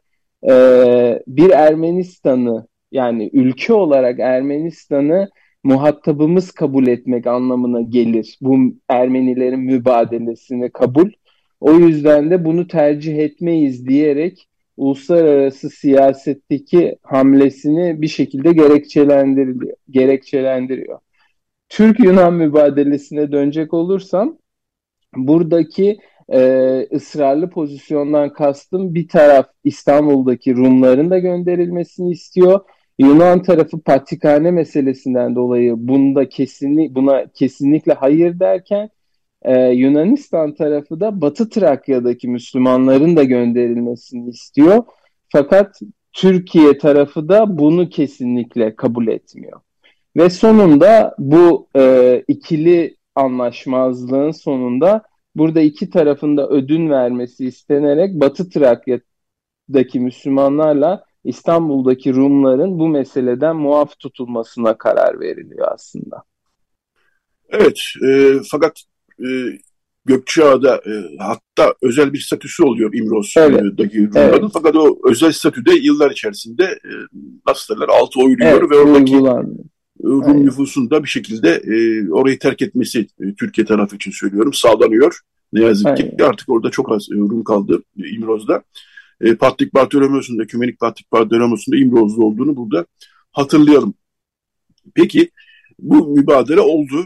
bir Ermenistan'ı yani ülke olarak Ermenistan'ı muhatabımız kabul etmek anlamına gelir. Bu Ermenilerin mübadelesini kabul. O yüzden de bunu tercih etmeyiz diyerek uluslararası siyasetteki hamlesini bir şekilde gerekçelendiriyor. Türk-Yunan mübadelesine dönecek olursam buradaki ısrarlı pozisyondan kastım bir taraf İstanbul'daki Rumların da gönderilmesini istiyor. Yunan tarafı Patrikhane meselesinden dolayı buna kesinlikle hayır derken Yunanistan tarafı da Batı Trakya'daki Müslümanların da gönderilmesini istiyor. Fakat Türkiye tarafı da bunu kesinlikle kabul etmiyor. Ve sonunda bu ikili anlaşmazlığın sonunda burada iki tarafın da ödün vermesi istenerek Batı Trakya'daki Müslümanlarla İstanbul'daki Rumların bu meseleden muaf tutulmasına karar veriliyor aslında. Evet, fakat Gökçeada'da hatta özel bir statüsü oluyor İmroz'daki Rumların. Evet. Fakat o özel statüde yıllar içerisinde nasıl derler altı oyuluyor ve oradaki Rum nüfusunda bir şekilde orayı terk etmesi Türkiye tarafı için söylüyorum sağlanıyor. Ne yazık ki artık orada çok az Rum kaldı İmroz'da. Patrik Bartolomos'un da Ekümenik Patrik Bartolomos'un da İmroz'da olduğunu burada hatırlayalım. Peki bu mübadele oldu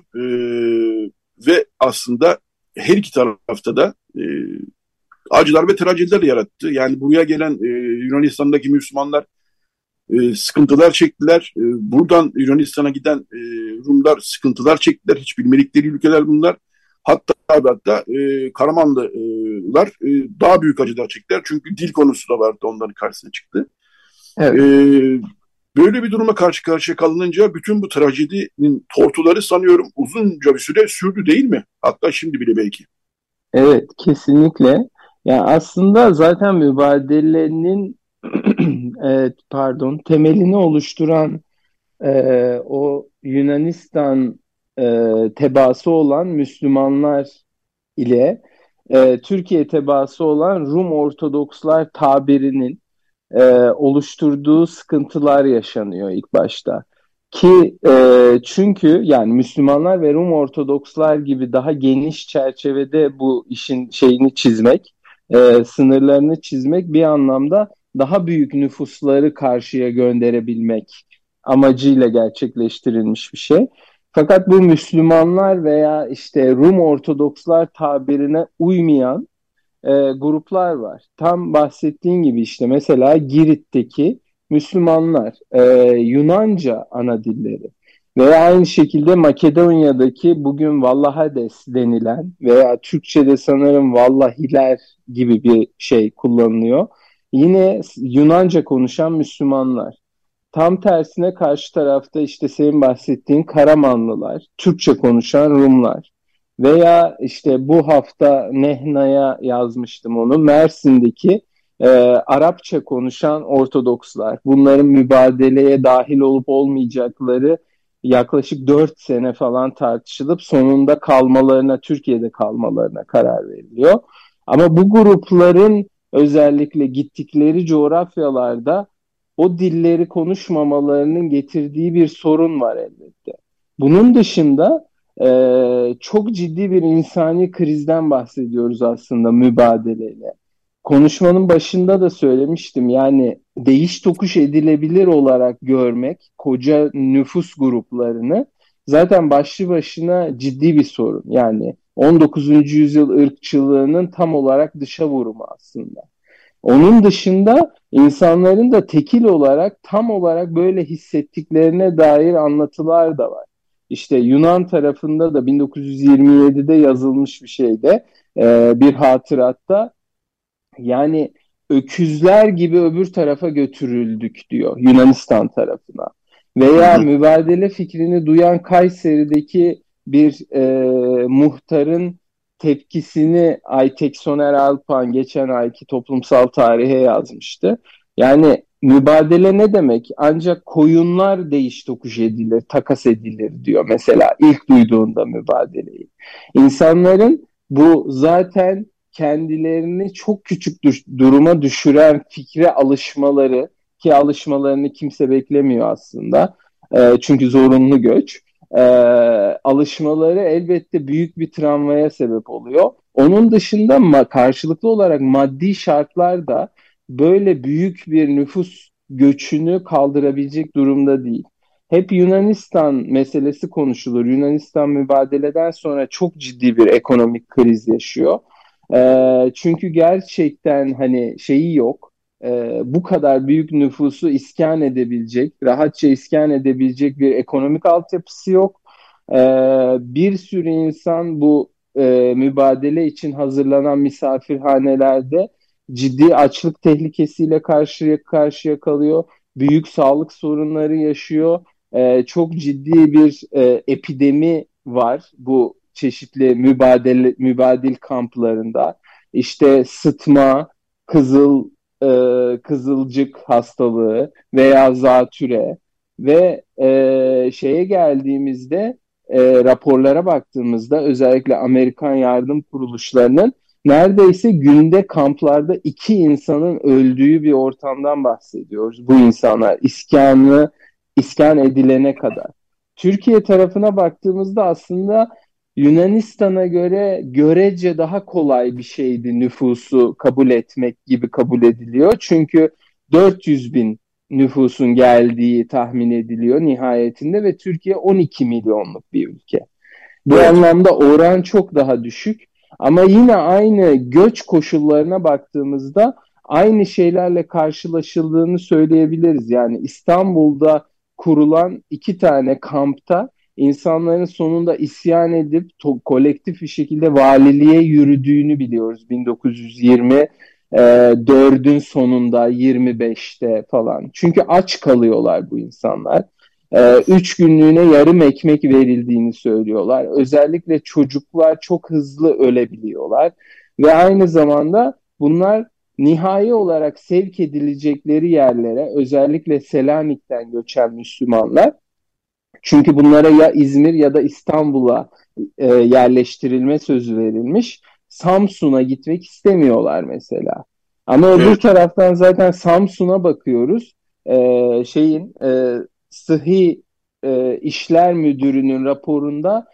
ve aslında her iki tarafta da acılar ve trajediler yarattı. Yani buraya gelen Yunanistan'daki Müslümanlar sıkıntılar çektiler. Buradan Yunanistan'a giden Rumlar sıkıntılar çektiler. Hiç bilmedikleri ülkeler bunlar. Hatta Karamanlılar daha büyük acılar çektiler. Çünkü dil konusu da vardı onların karşısına çıktı. Evet. Böyle bir duruma karşı karşıya kalınınca bütün bu trajedinin tortuları sanıyorum uzunca bir süre sürdü değil mi? Hatta şimdi bile belki. Evet, kesinlikle. Yani aslında zaten mübadelenin temelini oluşturan o Yunanistan tebaası olan Müslümanlar ile Türkiye tebaası olan Rum Ortodokslar tabirinin oluşturduğu sıkıntılar yaşanıyor ilk başta. Ki çünkü yani Müslümanlar ve Rum Ortodokslar gibi daha geniş çerçevede bu işin sınırlarını çizmek bir anlamda daha büyük nüfusları karşıya gönderebilmek amacıyla gerçekleştirilmiş bir şey. Fakat bu Müslümanlar veya işte Rum Ortodokslar tabirine uymayan gruplar var. Tam bahsettiğin gibi işte mesela Girit'teki Müslümanlar Yunanca ana dilleri veya aynı şekilde Makedonya'daki bugün Vallahades denilen veya Türkçe'de sanırım Vallahiler gibi bir şey kullanılıyor. Yine Yunanca konuşan Müslümanlar. Tam tersine karşı tarafta işte senin bahsettiğin Karamanlılar, Türkçe konuşan Rumlar. Veya işte bu hafta Nehna'ya yazmıştım onu. Mersin'deki Arapça konuşan Ortodokslar. Bunların mübadeleye dahil olup olmayacakları yaklaşık 4 sene falan tartışılıp sonunda Türkiye'de kalmalarına karar veriliyor. Ama bu grupların özellikle gittikleri coğrafyalarda o dilleri konuşmamalarının getirdiği bir sorun var elbette. Bunun dışında çok ciddi bir insani krizden bahsediyoruz aslında mübadeleyle. Konuşmanın başında da söylemiştim, yani değiş tokuş edilebilir olarak görmek koca nüfus gruplarını zaten başlı başına ciddi bir sorun. Yani 19. yüzyıl ırkçılığının tam olarak dışa vurumu aslında. Onun dışında insanların da tekil olarak tam olarak böyle hissettiklerine dair anlatılar da var. İşte Yunan tarafında da 1927'de yazılmış bir şeyde, bir hatıratta, yani öküzler gibi öbür tarafa götürüldük diyor, Yunanistan tarafına. Hı Veya hı. mübadele fikrini duyan Kayseri'deki bir muhtarın tepkisini Aytek Soner Alpan geçen ayki Toplumsal Tarihe yazmıştı. Yani mübadele ne demek? Ancak koyunlar değiş tokuş edilir, takas edilir diyor mesela ilk duyduğunda mübadeleyi. İnsanların bu zaten kendilerini çok küçük duruma düşüren fikre alışmaları, ki alışmalarını kimse beklemiyor aslında. Çünkü zorunlu göç. E, Alışmaları elbette büyük bir travmaya sebep oluyor. Onun dışında karşılıklı olarak maddi şartlar da böyle büyük bir nüfus göçünü kaldırabilecek durumda değil. Hep Yunanistan meselesi konuşulur. Yunanistan mübadeleden sonra çok ciddi bir ekonomik kriz yaşıyor. Çünkü gerçekten hani şeyi yok. Bu kadar büyük nüfusu iskan edebilecek, rahatça iskan edebilecek bir ekonomik altyapısı yok. Bir sürü insan bu mübadele için hazırlanan misafirhanelerde ciddi açlık tehlikesiyle karşı karşıya kalıyor. Büyük sağlık sorunları yaşıyor. Çok ciddi bir epidemi var bu çeşitli mübadil kamplarında. İşte sıtma, kızıl kızılcık hastalığı veya zatüre ve şeye geldiğimizde, raporlara baktığımızda özellikle Amerikan yardım kuruluşlarının neredeyse günde kamplarda 2 insanın öldüğü bir ortamdan bahsediyoruz. Bu insanlar iskan edilene kadar. Türkiye tarafına baktığımızda aslında Yunanistan'a göre görece daha kolay bir şeydi nüfusu kabul etmek gibi kabul ediliyor. Çünkü 400 bin nüfusun geldiği tahmin ediliyor nihayetinde ve Türkiye 12 milyonluk bir ülke. Bu Evet. anlamda oran çok daha düşük. Ama yine aynı göç koşullarına baktığımızda aynı şeylerle karşılaşıldığını söyleyebiliriz. Yani İstanbul'da kurulan 2 tane kampta insanların sonunda isyan edip kolektif bir şekilde valiliğe yürüdüğünü biliyoruz. 1924'ün sonunda, 25'te falan. Çünkü aç kalıyorlar bu insanlar. 3 günlüğüne yarım ekmek verildiğini söylüyorlar. Özellikle çocuklar çok hızlı ölebiliyorlar. Ve aynı zamanda bunlar nihai olarak sevk edilecekleri yerlere, özellikle Selanik'ten göçen Müslümanlar, çünkü bunlara ya İzmir ya da İstanbul'a yerleştirilme sözü verilmiş, Samsun'a gitmek istemiyorlar mesela. Ama öbür Evet. taraftan zaten Samsun'a bakıyoruz. Sıhhi İşler Müdürü'nün raporunda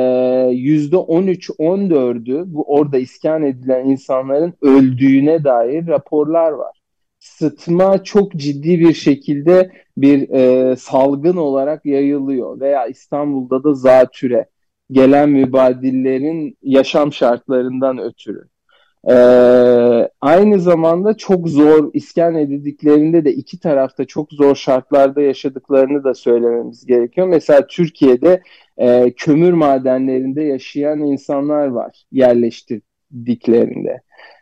%13-14'ü bu orada iskan edilen insanların öldüğüne dair raporlar var. Sıtma çok ciddi bir şekilde bir salgın olarak yayılıyor veya İstanbul'da da zatüre, gelen mübadillerin yaşam şartlarından ötürü. Aynı zamanda çok zor iskan edildiklerinde de iki tarafta çok zor şartlarda yaşadıklarını da söylememiz gerekiyor. Mesela Türkiye'de kömür madenlerinde yaşayan insanlar var yerleştirdiklerinde.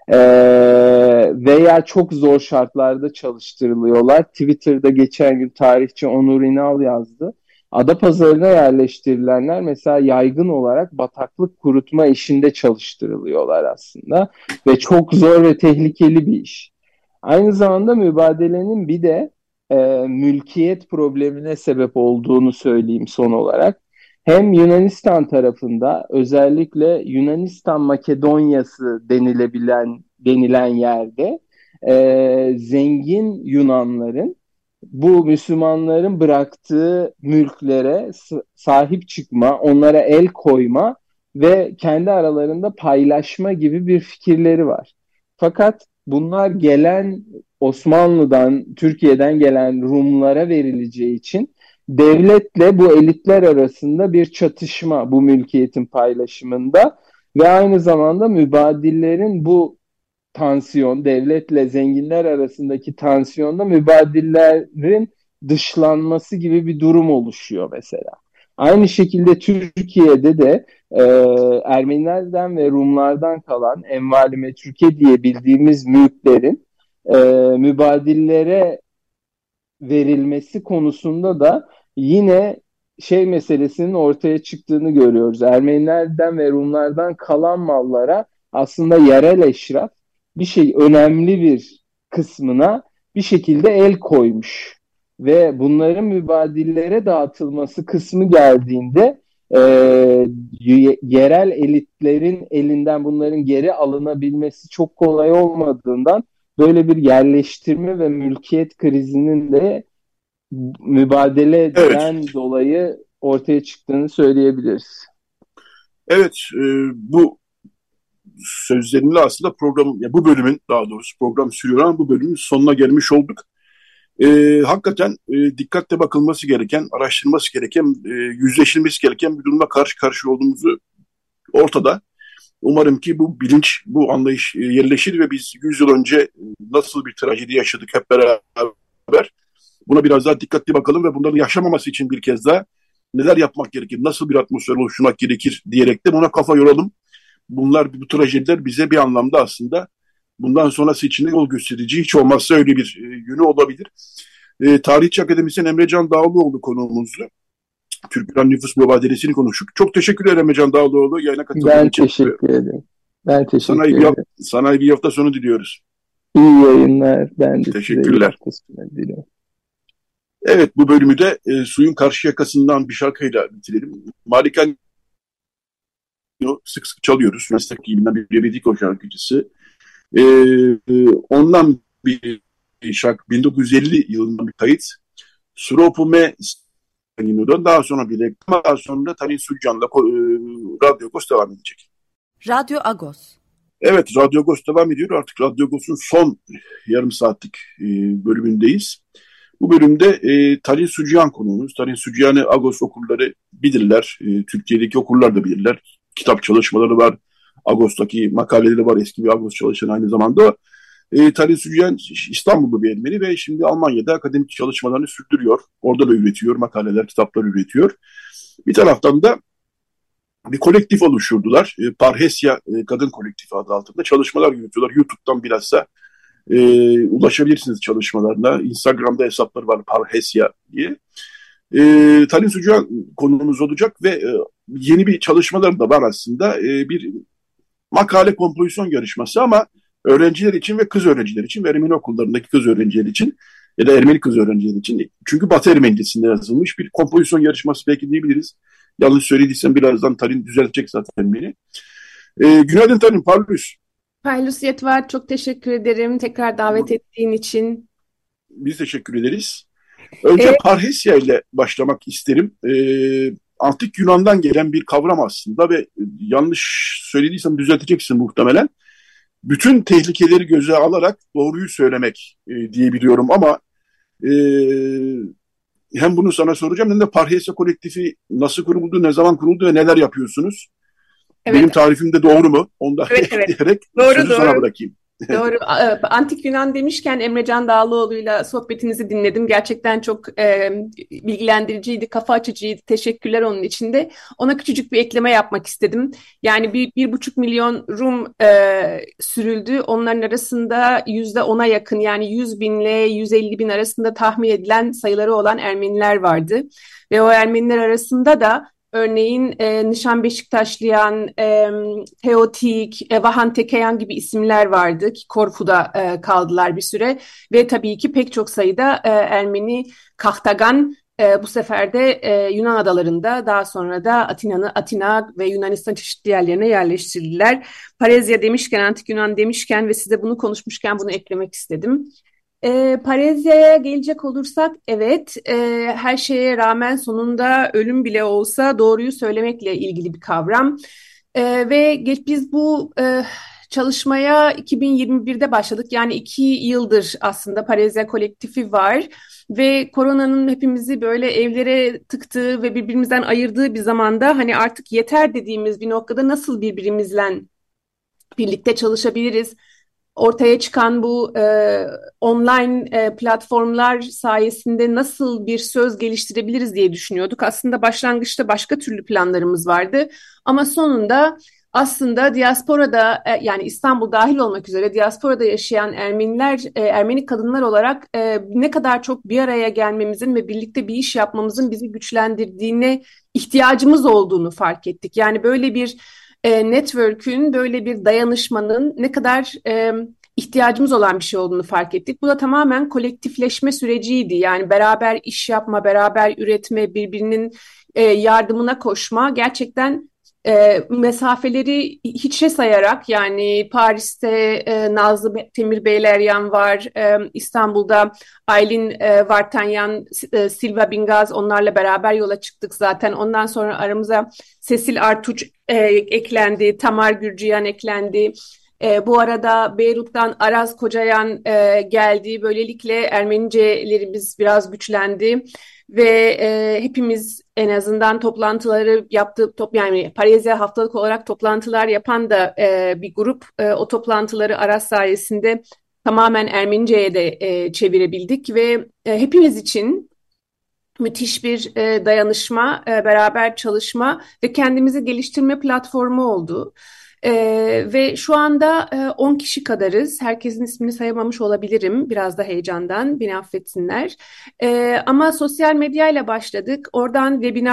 Veya çok zor şartlarda çalıştırılıyorlar. Twitter'da geçen gün tarihçi Onur İnal yazdı. Adapazarı'na yerleştirilenler mesela yaygın olarak bataklık kurutma işinde çalıştırılıyorlar aslında. Ve çok zor ve tehlikeli bir iş. Aynı zamanda mübadelenin bir de mülkiyet problemine sebep olduğunu söyleyeyim son olarak. Hem Yunanistan tarafında, özellikle Yunanistan Makedonyası denilen yerde zengin Yunanların bu Müslümanların bıraktığı mülklere sahip çıkma, onlara el koyma ve kendi aralarında paylaşma gibi bir fikirleri var. Fakat bunlar gelen Osmanlı'dan, Türkiye'den gelen Rumlara verileceği için devletle bu elitler arasında bir çatışma bu mülkiyetin paylaşımında ve aynı zamanda mübadillerin bu devletle zenginler arasındaki tansiyonda mübadillerin dışlanması gibi bir durum oluşuyor mesela. Aynı şekilde Türkiye'de de Ermenilerden ve Rumlardan kalan envali metruke diye bildiğimiz mülklerin mübadillere verilmesi konusunda da yine meselesinin ortaya çıktığını görüyoruz. Ermenilerden ve Rumlardan kalan mallara aslında yerel eşraf önemli bir kısmına bir şekilde el koymuş. Ve bunların mübadillere dağıtılması kısmı geldiğinde yerel elitlerin elinden bunların geri alınabilmesi çok kolay olmadığından böyle bir yerleştirme ve mülkiyet krizinin de mübadeleden dolayı ortaya çıktığını söyleyebiliriz. Evet, bu sözlerinle aslında bu bölümün, daha doğrusu program sürüyor ama bu bölümün sonuna gelmiş olduk. Hakikaten dikkatle bakılması gereken, araştırılması gereken, yüzleşilmesi gereken bir durumla karşı karşıya olduğumuzu ortada. Umarım ki bu bilinç, bu anlayış yerleşir ve biz 100 yıl önce nasıl bir trajedi yaşadık hep beraber buna biraz daha dikkatli bakalım ve bunların yaşamaması için bir kez daha neler yapmak gerekir, nasıl bir atmosfer oluşturmak gerekir diyerek de buna kafa yoralım. Bu trajediler bize bir anlamda aslında bundan sonrası için de yol gösterici, hiç olmazsa öyle bir yönü olabilir. Tarihçi akademisyen Emrecan Dağlıoğlu konuğumuzdu. Türk-İran nüfus mübadelesini konuştuk. Çok teşekkürler Emrecan Dağlıoğlu yayına katıldığın için. Ben teşekkür ederim. Sana iyi bir hafta sonu diliyoruz. İyi yayınlar. Ben de teşekkürler. Diliyorum. Evet, bu bölümü de suyun karşı yakasından bir şarkıyla bitirelim. Malikan sık sık çalıyoruz. Meslek giyiminden bir Bedik o şarkıcısı. Ondan bir şarkı 1950 yılından bir kayıt. Suropume daha sonra bir reklam, daha sonra Talin Sucan'la Radyo Agos devam edecek. Radyo Agos. Evet, Radyo Agos devam ediyor. Artık Radyo Agos'un son yarım saatlik bölümündeyiz. Bu bölümde Talin Sucan konuğumuz. Talin Sucan'ı Agos okurları bilirler. Türkiye'deki okurlar da bilirler. Kitap çalışmaları var. Agos'taki makaleleri var. Eski bir Agos çalışan aynı zamanda. Talin Sucan İstanbul'da bir Ermeni ve şimdi Almanya'da akademik çalışmalarını sürdürüyor. Orada da üretiyor. Makaleler, kitaplar üretiyor. Bir taraftan da bir kolektif oluşturdular. Parhesya Kadın Kolektifi adı altında çalışmalar yürütüyorlar. YouTube'dan bilhassa ulaşabilirsiniz çalışmalarına. Instagram'da hesapları var Parhesya diye. Talin Sucan konuğumuz olacak ve yeni bir çalışmaları da var aslında. Bir makale kompozisyon yarışması ama öğrenciler için ve kız öğrenciler için ve Ermeni okullarındaki kız öğrenciler için ya da Ermeni kız öğrenciler için. Çünkü Batı Ermenicesi'nde yazılmış bir kompozisyon yarışması belki diyebiliriz. Yanlış söylediysem birazdan Talin düzeltecek zaten beni. Günaydın Talin, Parlus. Parlus Yetvar, çok teşekkür ederim tekrar davet ettiğin için. Biz teşekkür ederiz. Önce Parhesya ile başlamak isterim. Antik Yunan'dan gelen bir kavram aslında ve yanlış söylediysem düzelteceksin muhtemelen. Bütün tehlikeleri göze alarak doğruyu söylemek diyebiliyorum ama hem bunu sana soracağım hem de Parhesya kolektifi nasıl kuruldu, ne zaman kuruldu ve neler yapıyorsunuz? Evet. Benim tarifim de doğru mu? Onu da ekleyerek sözü sana bırakayım. Doğru. Antik Yunan demişken Emrecan Dağlıoğlu'yla sohbetinizi dinledim. Gerçekten çok bilgilendiriciydi, kafa açıcıydı. Teşekkürler onun için de. Ona küçücük bir ekleme yapmak istedim. Yani 1,5 milyon Rum sürüldü. Onların arasında %10'a yakın, yani 100 binle 150 bin arasında tahmin edilen sayıları olan Ermeniler vardı. Ve o Ermeniler arasında da örneğin Nişan Beşiktaşlayan, Teotik, Vahan Tekeyan gibi isimler vardı ki Korfu'da kaldılar bir süre. Ve tabii ki pek çok sayıda Ermeni Kahtagan bu sefer de Yunan adalarında, daha sonra da Atina ve Yunanistan çeşitli yerlerine yerleştirildiler. Parhesya demişken, Antik Yunan demişken ve size bunu konuşmuşken bunu eklemek istedim. Parezya'ya gelecek olursak evet, her şeye rağmen sonunda ölüm bile olsa doğruyu söylemekle ilgili bir kavram. Biz bu çalışmaya 2021'de başladık. Yani 2 yıldır aslında Parezya Kolektifi var ve koronanın hepimizi böyle evlere tıktığı ve birbirimizden ayırdığı bir zamanda hani artık yeter dediğimiz bir noktada nasıl birbirimizle birlikte çalışabiliriz? Ortaya çıkan bu online platformlar sayesinde nasıl bir söz geliştirebiliriz diye düşünüyorduk. Aslında başlangıçta başka türlü planlarımız vardı ama sonunda aslında diasporada yani İstanbul dahil olmak üzere diasporada yaşayan Ermeniler, Ermeni kadınlar olarak ne kadar çok bir araya gelmemizin ve birlikte bir iş yapmamızın bizi güçlendirdiğine ihtiyacımız olduğunu fark ettik. Yani böyle bir network'ün, böyle bir dayanışmanın ne kadar ihtiyacımız olan bir şey olduğunu fark ettik. Bu da tamamen kolektifleşme süreciydi. Yani beraber iş yapma, beraber üretme, birbirinin yardımına koşma. Gerçekten mesafeleri hiçe sayarak yani Paris'te Nazlı Temir Beyleryan var, İstanbul'da Aylin Vartanyan, Silva Bingaz onlarla beraber yola çıktık zaten. Ondan sonra aramıza Sesil Artuç eklendi, Tamar Gürciyan eklendi. Bu arada Beyrut'tan Araz Kocayan geldi. Böylelikle Ermenicelerimiz biraz güçlendi ve hepimiz en azından toplantıları yaptık. Yani Paris'e haftalık olarak toplantılar yapan da bir grup. O toplantıları Araz sayesinde tamamen Ermenice'ye de çevirebildik ve hepimiz için müthiş bir dayanışma, beraber çalışma ve kendimizi geliştirme platformu oldu. Ve şu anda 10 kişi kadarız. Herkesin ismini sayamamış olabilirim. Biraz da heyecandan, beni affetsinler. Ama sosyal medyayla başladık. Oradan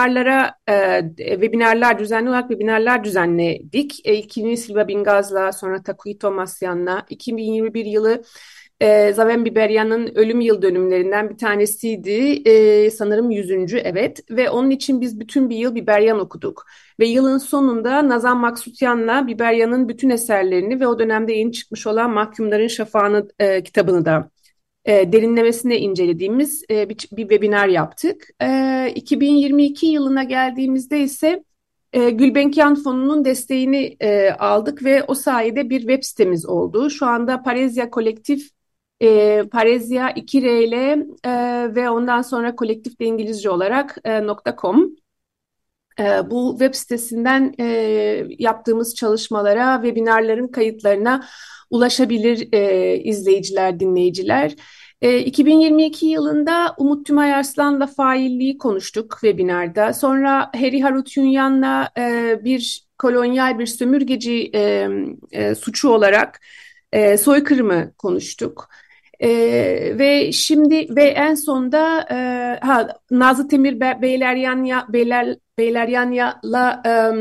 webinarlar, düzenli olarak webinarlar düzenledik. İlkini Silva Bingaz'la, sonra Takuyi Tomasyan'la. 2021 yılı Zaven Biberyan'ın ölüm yıl dönümlerinden bir tanesiydi. Sanırım 100. evet. Ve onun için biz bütün bir yıl Biberyan okuduk. Ve yılın sonunda Nazan Maksutyan'la Biberyan'ın bütün eserlerini ve o dönemde yeni çıkmış olan Mahkumların Şafağı'nı kitabını da derinlemesine incelediğimiz bir webinar yaptık. 2022 yılına geldiğimizde ise Gulbenkian Fonu'nun desteğini aldık ve o sayede bir web sitemiz oldu. Şu anda Parezya Kolektif, Parezya 2R ile ve ondan sonra kolektif de İngilizce olarak .com. Bu web sitesinden yaptığımız çalışmalara, webinarların kayıtlarına ulaşabilir izleyiciler, dinleyiciler. 2022 yılında Umut Tümay Arslan'la failliği konuştuk webinarda. Sonra Heri Harut Yunyan'la bir kolonyal bir sömürgeci suçu olarak soykırımı konuştuk. Ve en sonda Nazlı Temir Beyleryanya'la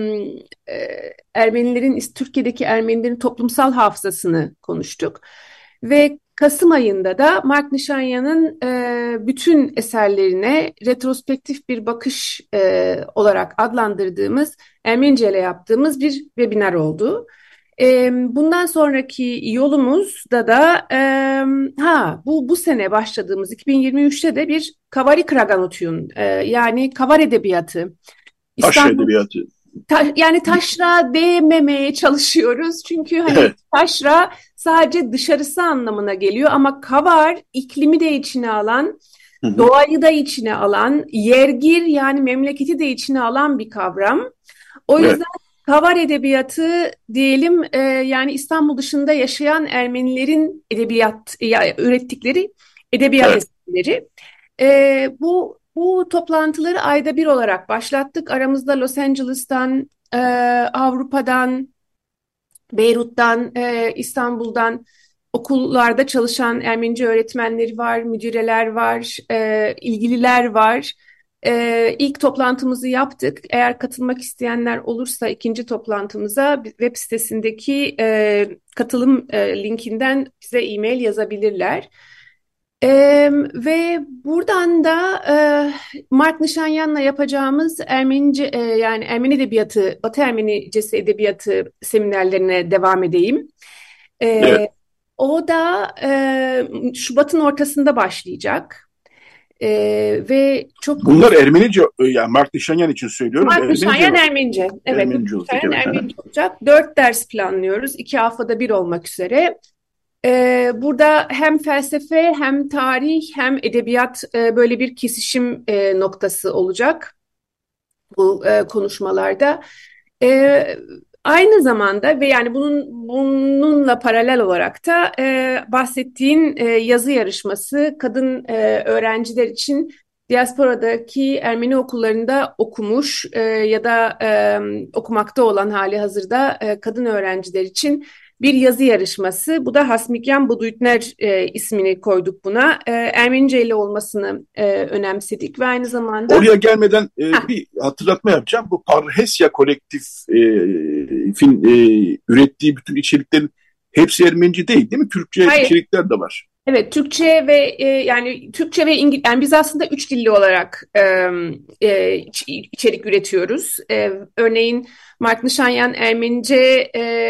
Türkiye'deki Ermenilerin toplumsal hafızasını konuştuk. Ve Kasım ayında da Mark Nişanyan'ın bütün eserlerine retrospektif bir bakış olarak adlandırdığımız, Ermenice ile yaptığımız bir webinar oldu. Bundan sonraki yolumuzda da bu sene başladığımız 2023'te de bir Kavari Kraganotyun yani Kavar Edebiyatı. Taş edebiyatı. Yani taşra değmemeye çalışıyoruz. Çünkü hani evet, taşra sadece dışarısı anlamına geliyor ama kavar iklimi de içine alan, doğayı da içine alan, yergir yani memleketi de içine alan bir kavram. O yüzden evet, Kavar edebiyatı diyelim yani İstanbul dışında yaşayan Ermenilerin ürettikleri edebiyat evet, eserleri. Bu toplantıları ayda bir olarak başlattık. Aramızda Los Angeles'tan, Avrupa'dan, Beyrut'tan, İstanbul'dan okullarda çalışan Ermenice öğretmenleri var, müdüreler var, ilgililer var. İlk toplantımızı yaptık. Eğer katılmak isteyenler olursa ikinci toplantımıza web sitesindeki katılım linkinden bize e-mail yazabilirler. Ve buradan da Mark Nişanyan'la yapacağımız yani Ermeni Edebiyatı, Batı Ermenicesi Edebiyatı seminerlerine devam edeyim. Evet. O da Şubat'ın ortasında başlayacak. Ve çok Bunlar Ermenice, yani Mark Nişanyan için söylüyorum. Mark Ermenice Nişanyan mi? Ermenice. Evet, Ermenice olacak. Evet. Ermenice olacak. 4 ders planlıyoruz. 2 haftada bir olmak üzere. Burada hem felsefe hem tarih hem edebiyat böyle bir kesişim noktası olacak bu konuşmalarda. E, Aynı zamanda ve yani bununla paralel olarak da bahsettiğin yazı yarışması kadın öğrenciler için diasporadaki Ermeni okullarında okumuş ya da okumakta olan hali hazırda kadın öğrenciler için bir yazı yarışması. Bu da Hasmikyan Buduytner ismini koyduk buna. Ermenice ile olmasını önemsedik ve aynı zamanda... Oraya gelmeden bir hatırlatma yapacağım. Bu Parhesya Kolektif ürettiği bütün içeriklerin hepsi Ermenice değil mi? Türkçe Hayır. içerikler de var. Evet, Türkçe ve yani Türkçe ve İngilizce, yani biz aslında 3 dilli olarak içerik üretiyoruz. Örneğin Mark Nişanyan Ermenice,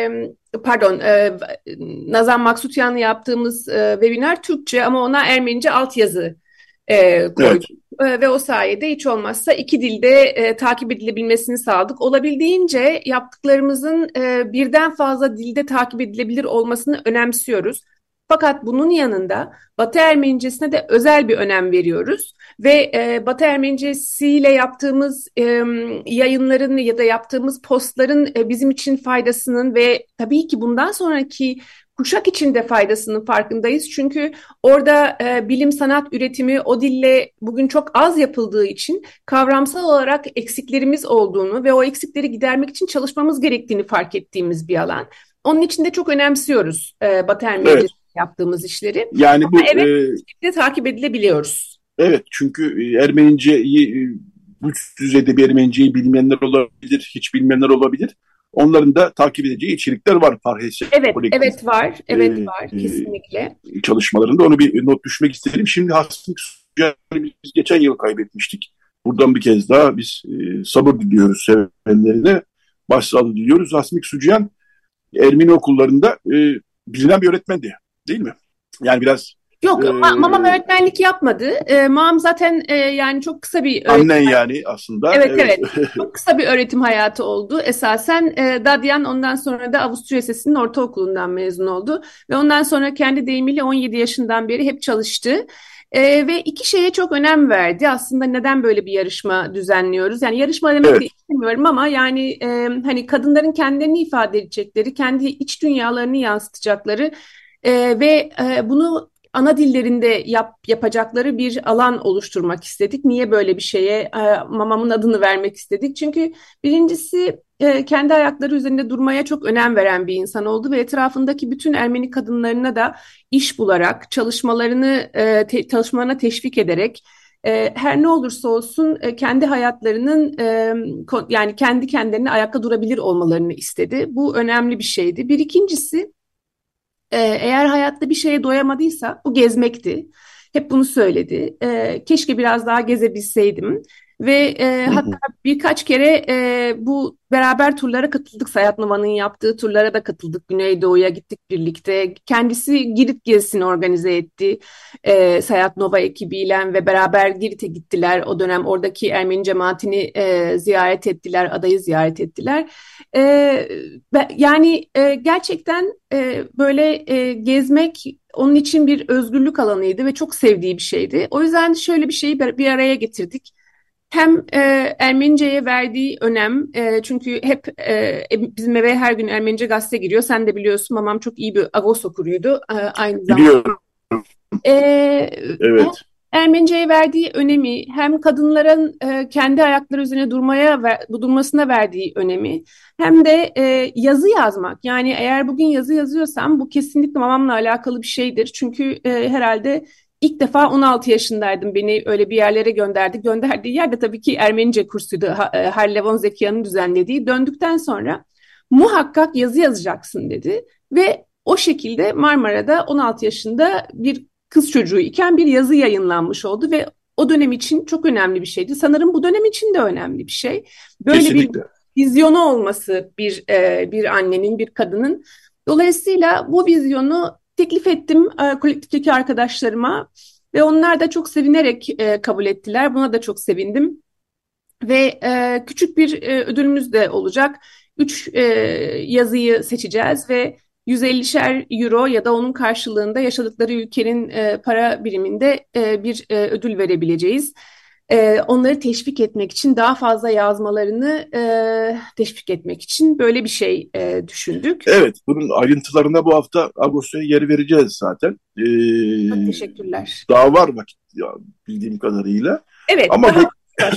Nazan Maksutyan'la yaptığımız webinar Türkçe ama ona Ermenice altyazı koyduk. Evet. Ve o sayede hiç olmazsa 2 dilde takip edilebilmesini sağladık. Olabildiğince yaptıklarımızın birden fazla dilde takip edilebilir olmasını önemsiyoruz. Fakat bunun yanında Batı Ermenicesine de özel bir önem veriyoruz ve Batı Ermenicesiyle yaptığımız yayınların ya da yaptığımız postların bizim için faydasının ve tabii ki bundan sonraki kuşak için de faydasının farkındayız. Çünkü orada bilim sanat üretimi o dille bugün çok az yapıldığı için kavramsal olarak eksiklerimiz olduğunu ve o eksikleri gidermek için çalışmamız gerektiğini fark ettiğimiz bir alan. Onun için de çok önemsiyoruz Batı Ermenicesi yaptığımız işleri. Yani bu evet, takip edilebiliyoruz. Evet, çünkü Ermeniceyi, bu düzeyde bir Ermeniceyi bilmeyenler olabilir, hiç bilmeyenler olabilir. Onların da takip edeceği içerikler var Parhesya Kolektif. Evet var. Evet var kesinlikle. Çalışmalarında onu bir not düşmek istedim. Şimdi Hasmik Sucuyan'ı biz geçen yıl kaybetmiştik. Buradan bir kez daha biz sabır diliyoruz sevenlerine. Başsağlığı diliyoruz. Hasmik Sucuyan Ermeni okullarında bilinen bir öğretmendi, değil mi? Yani biraz... Yok, mamam öğretmenlik yapmadı. Mamam zaten yani çok kısa bir öğretim. Annen yani aslında. Evet. Çok kısa bir öğretim hayatı oldu. Esasen Dadyan ondan sonra da Avusturya Sesi'nin ortaokulundan mezun oldu. Ve ondan sonra kendi deyimiyle 17 yaşından beri hep çalıştı. Ve 2 şeye çok önem verdi. Aslında neden böyle bir yarışma düzenliyoruz? Yani yarışma demek de istemiyorum ama yani hani kadınların kendilerini ifade edecekleri, kendi iç dünyalarını yansıtacakları ve bunu ana dillerinde yapacakları bir alan oluşturmak istedik. Niye böyle bir şeye mamamın adını vermek istedik? Çünkü birincisi kendi ayakları üzerinde durmaya çok önem veren bir insan oldu ve etrafındaki bütün Ermeni kadınlarına da iş bularak, çalışmalarına teşvik ederek her ne olursa olsun kendi hayatlarının yani kendi kendilerine ayakta durabilir olmalarını istedi. Bu önemli bir şeydi. Bir ikincisi, eğer hayatta bir şeye doyamadıysa bu gezmekti. Hep bunu söyledi. Keşke biraz daha gezebilseydim. Ve hatta birkaç kere bu beraber turlara katıldık. Sayat Nova'nın yaptığı turlara da katıldık. Güneydoğu'ya gittik birlikte. Kendisi Girit gezisini organize etti. Sayat Nova ekibiyle ve beraber Girit'e gittiler. O dönem oradaki Ermeni cemaatini ziyaret ettiler. Adayı ziyaret ettiler. Yani gerçekten böyle gezmek onun için bir özgürlük alanıydı ve çok sevdiği bir şeydi. O yüzden şöyle bir şeyi bir araya getirdik. Hem Ermenice'ye verdiği önem, çünkü hep bizim eve her gün Ermenice gazete giriyor. Sen de biliyorsun, mamam çok iyi bir Agos okuruydu aynı zamanda. Biliyorum. Evet. Ermenice'ye verdiği önemi, hem kadınların kendi ayakları üzerine durmasına verdiği önemi, hem de yazı yazmak. Yani eğer bugün yazı yazıyorsam bu kesinlikle mamamla alakalı bir şeydir. Çünkü herhalde İlk defa 16 yaşındaydım. Beni öyle bir yerlere gönderdi. Gönderdiği yerde tabii ki Ermenice kursuydu. Harlevon Zekiya'nın düzenlediği. Döndükten sonra muhakkak yazı yazacaksın dedi. Ve o şekilde Marmara'da 16 yaşında bir kız çocuğu iken bir yazı yayınlanmış oldu ve o dönem için çok önemli bir şeydi. Sanırım bu dönem için de önemli bir şey. Böyle kesinlikle bir vizyonu olması bir annenin, bir kadının. Dolayısıyla bu vizyonu teklif ettim kolektifteki arkadaşlarıma ve onlar da çok sevinerek kabul ettiler. Buna da çok sevindim. Ve küçük bir ödülümüz de olacak. 3 yazıyı seçeceğiz ve 150'şer euro ya da onun karşılığında yaşadıkları ülkenin para biriminde bir ödül verebileceğiz. Onları teşvik etmek için, daha fazla yazmalarını teşvik etmek için böyle bir şey düşündük. Evet, bunun ayrıntılarına bu hafta Ağustos'a yer vereceğiz zaten. Çok teşekkürler. Daha var vakit ya, bildiğim kadarıyla. Evet, Ama daha var.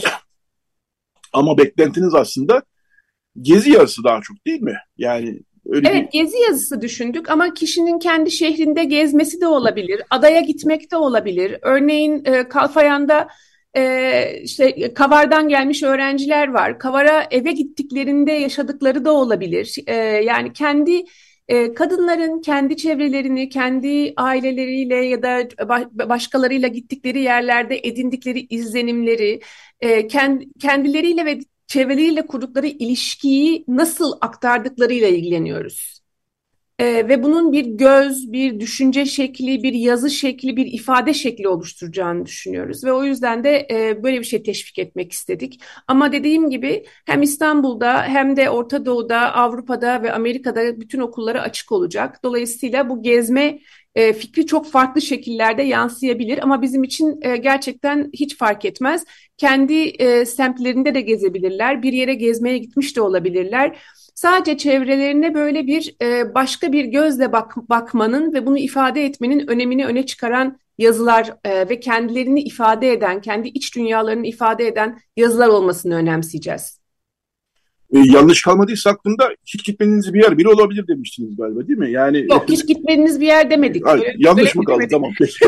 ama beklentiniz aslında gezi yazısı daha çok, değil mi? Yani öyle Evet, gezi yazısı düşündük ama kişinin kendi şehrinde gezmesi de olabilir, adaya gitmek de olabilir. Örneğin Kalfayan'da işte Kavar'dan gelmiş öğrenciler var. Kavar'a eve gittiklerinde yaşadıkları da olabilir. Yani kendi kadınların kendi çevrelerini, kendi aileleriyle ya da başkalarıyla gittikleri yerlerde edindikleri izlenimleri, kendileriyle ve çevreleriyle kurdukları ilişkiyi nasıl aktardıklarıyla ilgileniyoruz. Ve bunun bir göz, bir düşünce şekli, bir yazı şekli, bir ifade şekli oluşturacağını düşünüyoruz. Ve o yüzden de böyle bir şey teşvik etmek istedik. Ama dediğim gibi hem İstanbul'da hem de Orta Doğu'da, Avrupa'da ve Amerika'da bütün okullara açık olacak. Dolayısıyla bu gezme fikri çok farklı şekillerde yansıyabilir. Ama bizim için gerçekten hiç fark etmez. Kendi semtlerinde de gezebilirler. Bir yere gezmeye gitmiş de olabilirler. Sadece çevrelerine böyle bir başka bir gözle bakmanın ve bunu ifade etmenin önemini öne çıkaran yazılar ve kendilerini ifade eden, kendi iç dünyalarını ifade eden yazılar olmasını önemseyeceğiz. yanlış kalmadıysa aklımda hiç gitmediğiniz bir yer bile olabilir demiştiniz galiba, değil mi? Yani Yok, hiç gitmediğiniz bir yer demedik. yanlış mı kaldı? Tamam, peki.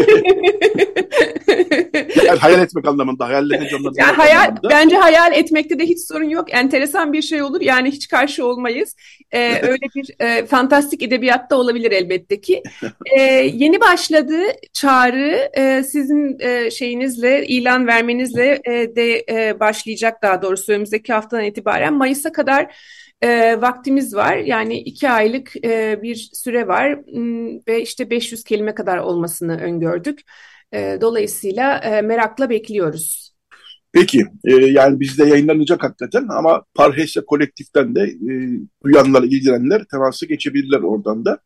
Yani hayal etmek anlamında, hayallerini canlandırmak anlamında. Bence hayal etmekte de hiç sorun yok. Enteresan bir şey olur. Yani hiç karşı olmayız. Öyle bir fantastik edebiyatta olabilir elbette ki. Yeni başladı çağrı. Sizin şeyinizle, ilan vermenizle de başlayacak, daha doğrusu önümüzdeki haftadan itibaren. Mayıs'a kadar vaktimiz var. Yani 2 aylık bir süre var ve işte 500 kelime kadar olmasını öngördük. Dolayısıyla merakla bekliyoruz. Peki, yani bizde yayınlanacak hakikaten ama Parhes'e kolektiften de duyanlar, ilgilenenler temasa geçebilirler oradan da.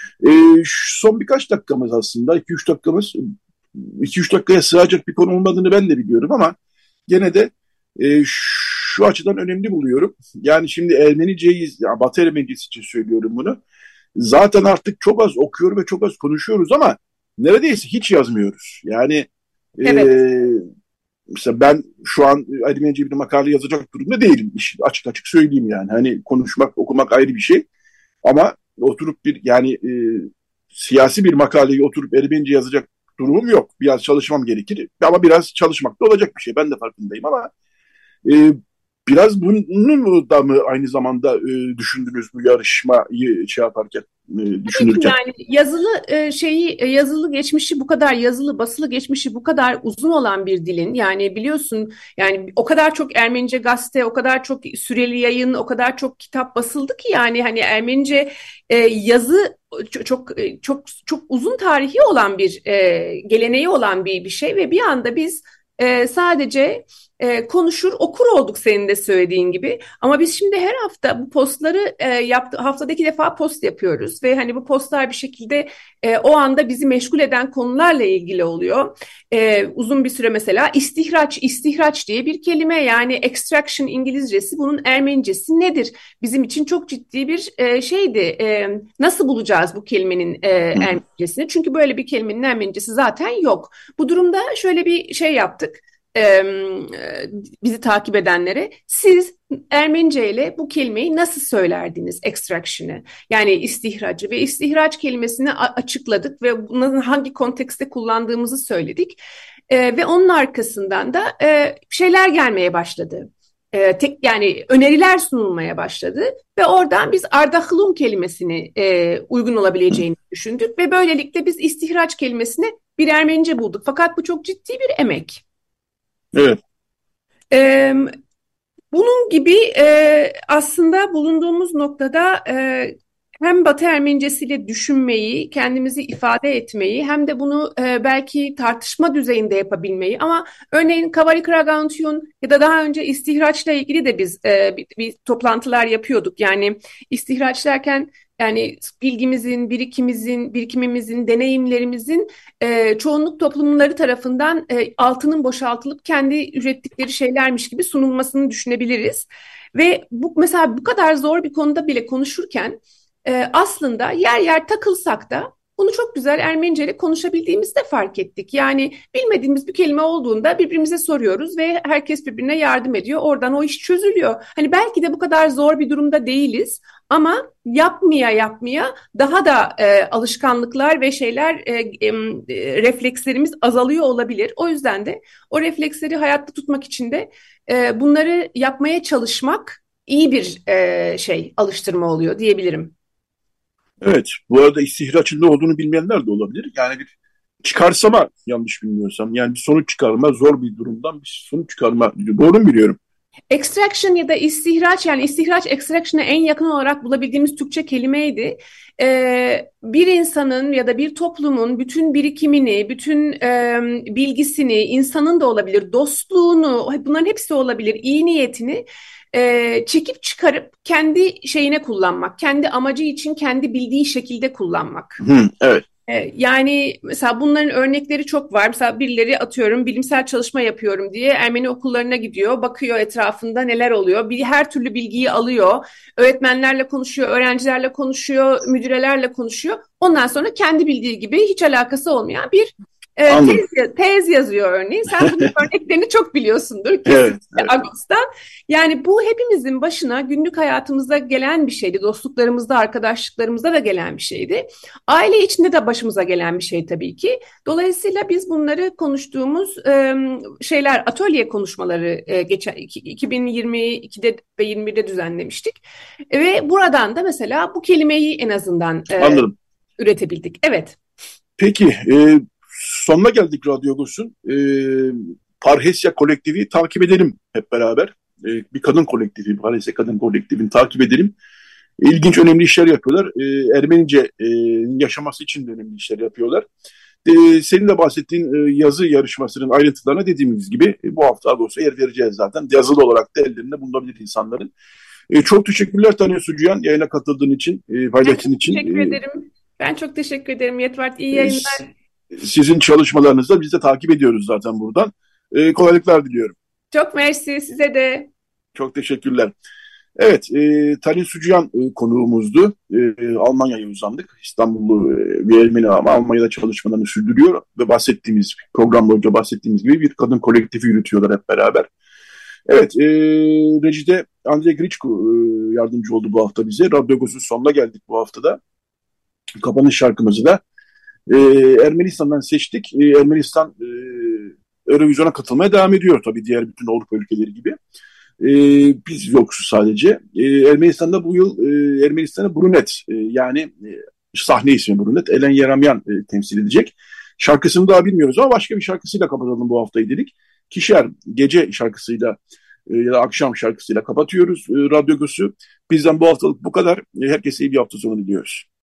Son birkaç dakikamız aslında, 2-3 dakikamız, 2-3 dakikaya sığacak bir konu olmadığını ben de biliyorum ama gene de şu açıdan önemli buluyorum. Yani şimdi Ermenice'yi, ya Batı Ermenicesi için söylüyorum bunu. Zaten artık çok az okuyor ve çok az konuşuyoruz ama neredeyse hiç yazmıyoruz. Yani Evet. mesela ben şu an Ermenice bir makale yazacak durumda değilim. Açık açık söyleyeyim yani. Hani konuşmak, okumak ayrı bir şey. Ama oturup bir yani siyasi bir makaleyi oturup Ermenice yazacak durumum yok. Biraz çalışmam gerekir. Ama biraz çalışmak da olacak bir şey. Ben de farkındayım ama e, biraz bunu da mı aynı zamanda düşündünüz bu yarışmayı şey yaparken, düşünürken? Yani yazılı yazılı geçmişi bu kadar, yazılı basılı geçmişi bu kadar uzun olan bir dilin, yani biliyorsun, yani o kadar çok Ermenice gazete, o kadar çok süreli yayın, o kadar çok kitap basıldı ki, yani hani Ermenice yazı çok uzun tarihi olan bir geleneği olan bir şey ve bir anda biz sadece konuşur okur olduk, senin de söylediğin gibi. Ama biz şimdi her hafta bu postları haftada 2 defa post yapıyoruz ve hani bu postlar bir şekilde o anda bizi meşgul eden konularla ilgili oluyor. Uzun bir süre mesela istihraç diye bir kelime, yani extraction İngilizcesi, bunun Ermenicesi nedir? Bizim için çok ciddi bir şeydi. Nasıl bulacağız bu kelimenin Ermenicesini? Çünkü böyle bir kelimenin Ermenicesi zaten yok. Bu durumda şöyle bir şey yaptık. Bizi takip edenlere, siz Ermenice ile bu kelimeyi nasıl söylerdiniz, extraction'ı, yani istihracı, ve istihraç kelimesini açıkladık ve bunun hangi kontekste kullandığımızı söyledik. Ve onun arkasından da şeyler gelmeye başladı. Yani öneriler sunulmaya başladı ve oradan biz ardahılum kelimesini uygun olabileceğini düşündük ve böylelikle biz istihraç kelimesini bir Ermenice bulduk. Fakat bu çok ciddi bir emek. Evet. Bunun gibi aslında bulunduğumuz noktada hem Batı Ermenicesiyle düşünmeyi, kendimizi ifade etmeyi hem de bunu belki tartışma düzeyinde yapabilmeyi ama örneğin Kavari Karagantyun ya da daha önce istihraçla ilgili de biz bir toplantılar yapıyorduk. Yani istihraç derken yani bilgimizin, birikimimizin, deneyimlerimizin çoğunluk toplumları tarafından altının boşaltılıp kendi ürettikleri şeylermiş gibi sunulmasını düşünebiliriz. Ve bu mesela bu kadar zor bir konuda bile konuşurken aslında yer yer takılsak da bunu çok güzel Ermenice'yle konuşabildiğimizi de fark ettik. Yani bilmediğimiz bir kelime olduğunda birbirimize soruyoruz ve herkes birbirine yardım ediyor. Oradan o iş çözülüyor. Hani belki de bu kadar zor bir durumda değiliz ama yapmaya daha da alışkanlıklar ve reflekslerimiz azalıyor olabilir. O yüzden de o refleksleri hayatta tutmak için de bunları yapmaya çalışmak iyi bir alıştırma oluyor diyebilirim. Evet, bu arada istihraçın ne olduğunu bilmeyenler de olabilir. Yani bir çıkarsama, yanlış bilmiyorsam. Yani bir sonuç çıkarma, zor bir durumdan bir sonuç çıkarma. Doğru mu biliyorum? Extraction ya da istihraç, yani istihraç extraction'a en yakın olarak bulabildiğimiz Türkçe kelimeydi. Bir insanın ya da bir toplumun bütün birikimini, bütün bilgisini, insanın da olabilir, dostluğunu, bunların hepsi olabilir, iyi niyetini çekip çıkarıp kendi şeyine kullanmak, kendi amacı için kendi bildiği şekilde kullanmak. Evet. Yani mesela bunların örnekleri çok var. Mesela birileri atıyorum bilimsel çalışma yapıyorum diye Ermeni okullarına gidiyor, bakıyor etrafında neler oluyor. Her türlü bilgiyi alıyor, öğretmenlerle konuşuyor, öğrencilerle konuşuyor, müdürelerle konuşuyor. Ondan sonra kendi bildiği gibi hiç alakası olmayan bir tez yazıyor örneğin. Sen bunun örneklerini çok biliyorsundur kesinlikle evet. Agos'tan. Yani bu hepimizin başına günlük hayatımızda gelen bir şeydi. Dostluklarımızda, arkadaşlıklarımızda da gelen bir şeydi. Aile içinde de başımıza gelen bir şey tabii ki. Dolayısıyla biz bunları konuştuğumuz atölye konuşmaları geçen 2022'de ve 21'de düzenlemiştik. Ve buradan da mesela bu kelimeyi en azından üretebildik. Evet. Peki, sonuna geldik Radyo Agos'un. Parhesya kolektifi takip edelim hep beraber. Bir kadın kolektifi, Parhesya kadın kolektifini takip edelim. İlginç, önemli işler yapıyorlar. Ermenice yaşaması için de önemli işler yapıyorlar. Senin de bahsettiğin yazı yarışmasının ayrıntılarına dediğimiz gibi bu hafta Agos'a yer vereceğiz zaten. Yazılı olarak da ellerinde bulunabilir insanların. Çok teşekkürler Tanya Sucuyan, yayına katıldığın için, paylaştığın için. Teşekkür ederim. Ben çok teşekkür ederim Yetvart. İyi yayınlar. Sizin çalışmalarınızı da biz de takip ediyoruz zaten buradan. Kolaylıklar diliyorum. Çok mersi, size de. Çok teşekkürler. Evet, Tanya Sucuyan konuğumuzdu. Almanya'ya uzandık. İstanbullu bir Ermeni ama Almanya'da çalışmalarını sürdürüyor ve program boyunca bahsettiğimiz gibi bir kadın kolektifi yürütüyorlar hep beraber. Evet, rejide Andrei Griçko yardımcı oldu bu hafta bize. Radyo Agos'un sonuna geldik bu haftada. Kapanış şarkımızı da Ermenistan'dan seçtik. Ermenistan Eurovision'a katılmaya devam ediyor tabii, diğer bütün Avrupa ülkeleri gibi. Biz yokuz sadece. Ermenistan'da bu yıl Ermenistan'a Brunet, yani sahne ismi Brunet, Elen Yeramyan temsil edecek. Şarkısını daha bilmiyoruz ama başka bir şarkısıyla kapatalım bu haftayı dedik. Kişer gece şarkısıyla ya da akşam şarkısıyla kapatıyoruz Radyo Agos'u. Bizden bu haftalık bu kadar. Herkese iyi bir hafta sonu diliyoruz.